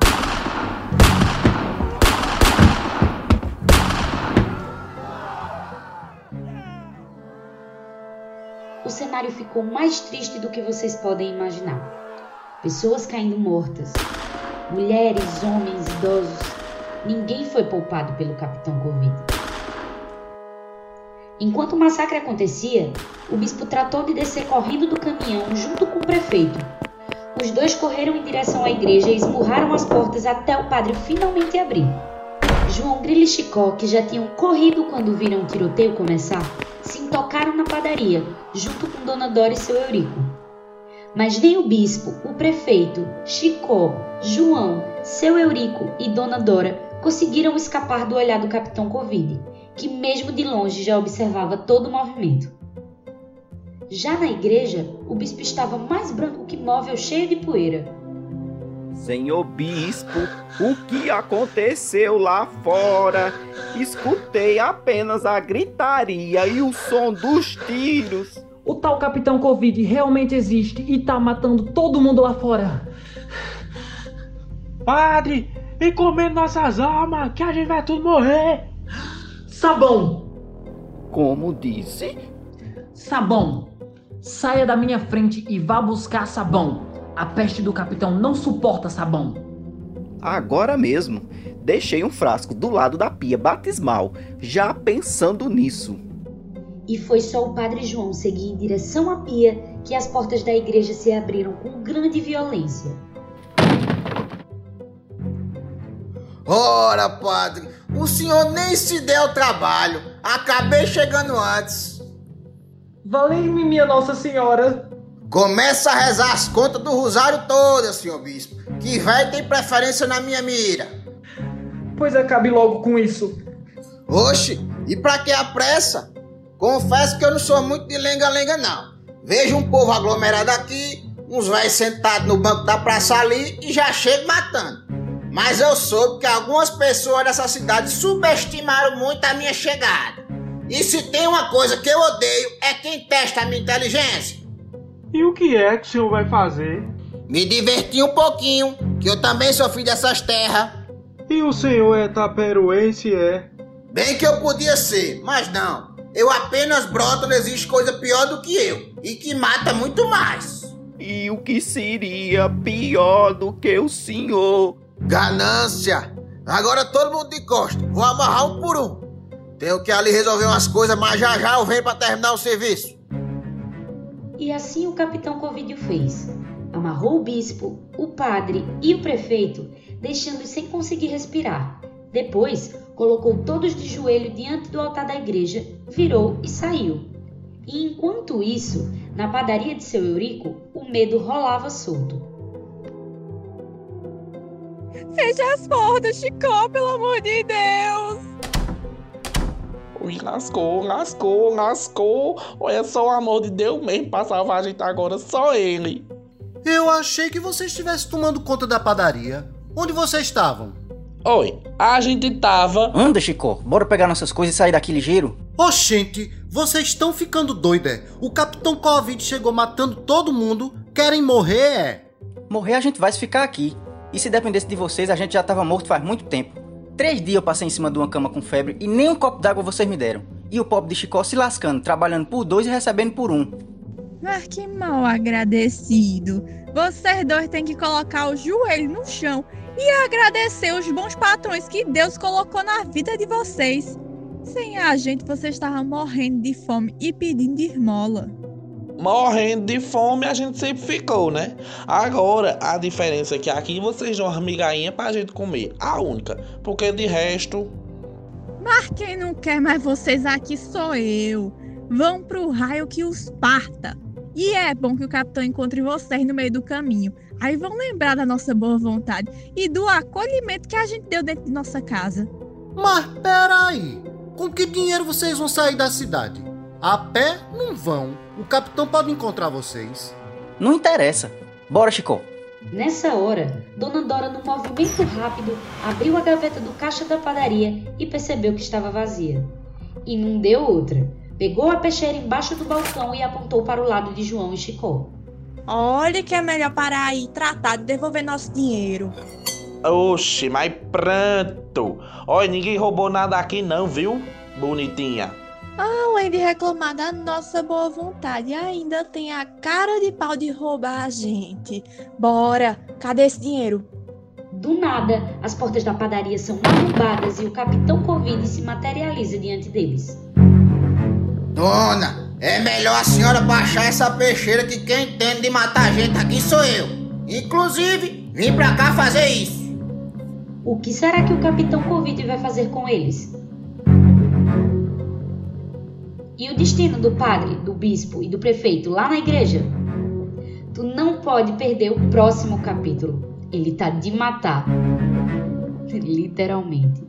O cenário ficou mais triste do que vocês podem imaginar. Pessoas caindo mortas. Mulheres, homens, idosos. Ninguém foi poupado pelo Capitão Covid. Enquanto o massacre acontecia, o bispo tratou de descer correndo do caminhão junto com o prefeito. Os dois correram em direção à igreja e esmurraram as portas até o padre finalmente abrir. João Grilo e Chicó, que já tinham corrido quando viram o tiroteio começar, se intocaram na padaria, junto com Dona Dora e seu Eurico. Mas nem o bispo, o prefeito, Chicó, João, seu Eurico e Dona Dora conseguiram escapar do olhar do Capitão Covid, que mesmo de longe já observava todo o movimento. Já na igreja, o bispo estava mais branco que móvel cheio de poeira. Senhor bispo, o que aconteceu lá fora? Escutei apenas a gritaria e o som dos tiros. O tal Capitão Covid realmente existe e tá matando todo mundo lá fora. Padre, vem comendo nossas almas, que a gente vai tudo morrer. Sabão! Como disse? Sabão! Saia da minha frente e vá buscar sabão. A peste do capitão não suporta sabão. Agora mesmo. Deixei um frasco do lado da pia batismal, já pensando nisso. E foi só o Padre João seguir em direção à pia que as portas da igreja se abriram com grande violência. Ora, padre, o senhor nem se deu trabalho. Acabei chegando antes. Valei-me, minha Nossa Senhora. Começa a rezar as contas do rosário todas, senhor bispo, que velho tem preferência na minha mira. Pois acabe logo com isso. Oxe, e pra que a pressa? Confesso que eu não sou muito de lenga-lenga, não. Vejo um povo aglomerado aqui, uns velhos sentados no banco da praça ali e já chego matando. Mas eu soube que algumas pessoas dessa cidade subestimaram muito a minha chegada. E se tem uma coisa que eu odeio, é quem testa a minha inteligência. E o que é que o senhor vai fazer? Me divertir um pouquinho, que eu também sou filho dessas terras. E o senhor é taperoense, é? Bem que eu podia ser, mas não. Eu apenas broto, não existe coisa pior do que eu. E que mata muito mais. E o que seria pior do que o senhor? Ganância! Agora todo mundo de costa. Vou amarrar um por um. Tenho que ali resolver umas coisas, mas já já eu venho para terminar o serviço. E assim o capitão Covídio fez. Amarrou o bispo, o padre e o prefeito, deixando-os sem conseguir respirar. Depois, colocou todos de joelho diante do altar da igreja, virou e saiu. E enquanto isso, na padaria de seu Eurico, o medo rolava solto. Fecha as portas, Chico, pelo amor de Deus! Ui, lascou, lascou, lascou. Olha só o amor de Deus mesmo pra salvar a gente agora, só ele. Eu achei que você estivesse tomando conta da padaria. Onde vocês estavam? Oi, a gente tava... Anda, Chico, bora pegar nossas coisas e sair daqui ligeiro? Oxente, vocês estão ficando doida. O Capitão Covid chegou matando todo mundo. Querem morrer, é? Morrer a gente vai se ficar aqui. E se dependesse de vocês, a gente já tava morto faz muito tempo. Três dias eu passei em cima de uma cama com febre e nem um copo d'água vocês me deram. E o pobre de Chicó se lascando, trabalhando por dois e recebendo por um. Mas que mal agradecido. Vocês dois têm que colocar o joelho no chão e agradecer os bons patrões que Deus colocou na vida de vocês. Sem a gente, vocês estavam morrendo de fome e pedindo esmola. Morrendo de fome a gente sempre ficou, né? Agora, a diferença é que aqui vocês dão uma migainha pra gente comer. A única. Porque de resto... Mas quem não quer mais vocês aqui sou eu. Vão pro raio que os parta. E é bom que o capitão encontre vocês no meio do caminho. Aí vão lembrar da nossa boa vontade e do acolhimento que a gente deu dentro de nossa casa. Mas peraí, com que dinheiro vocês vão sair da cidade? A pé não vão. O capitão pode encontrar vocês. Não interessa. Bora, Chico. Nessa hora, Dona Dora, num movimento rápido, abriu a gaveta do caixa da padaria e percebeu que estava vazia. E não deu outra. Pegou a peixeira embaixo do balcão e apontou para o lado de João e Chicó. Olha que é melhor parar aí e tratar de devolver nosso dinheiro. Oxe, mas pronto. Olha, ninguém roubou nada aqui não, viu? Bonitinha. Além de reclamar da nossa boa vontade, ainda tem a cara de pau de roubar a gente. Bora, cadê esse dinheiro? Do nada, as portas da padaria são arrombadas e o capitão Covid se materializa diante deles. Dona, é melhor a senhora baixar essa peixeira que quem entende de matar gente aqui sou eu. Inclusive, vim pra cá fazer isso. O que será que o capitão Covid vai fazer com eles? E o destino do padre, do bispo e do prefeito lá na igreja? Tu não pode perder o próximo capítulo. Ele tá de matar. Literalmente.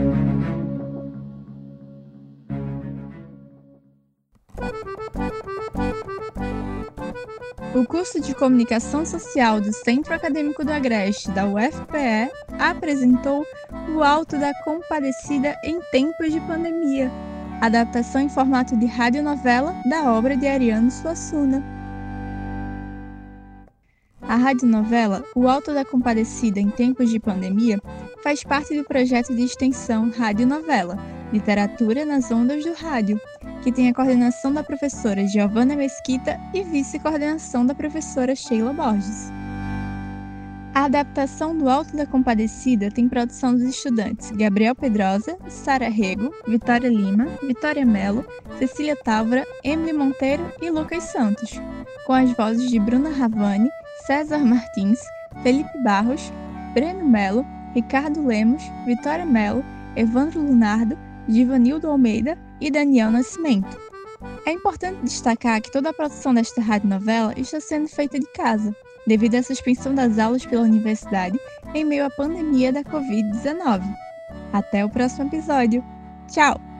O curso de Comunicação Social do Centro Acadêmico do Agreste, da U F P E, apresentou O Alto da Compadecida em Tempos de Pandemia, adaptação em formato de radionovela da obra de Ariano Suassuna. A radionovela O Alto da Compadecida em Tempos de Pandemia faz parte do projeto de extensão Radionovela, Literatura nas Ondas do Rádio, que tem a coordenação da professora Giovana Mesquita e vice-coordenação da professora Sheila Borges. A adaptação do Alto da Compadecida tem produção dos estudantes Gabriel Pedrosa, Sara Rego, Vitória Lima, Vitória Melo, Cecília Távora, Emily Monteiro e Lucas Santos, com as vozes de Bruna Ravani, César Martins, Felipe Barros, Breno Melo, Ricardo Lemos, Vitória Melo, Evandro Lunardo, Givanildo Almeida e Daniel Nascimento. É importante destacar que toda a produção desta radionovela está sendo feita de casa, devido à suspensão das aulas pela universidade em meio à pandemia da covid dezenove. Até o próximo episódio. Tchau!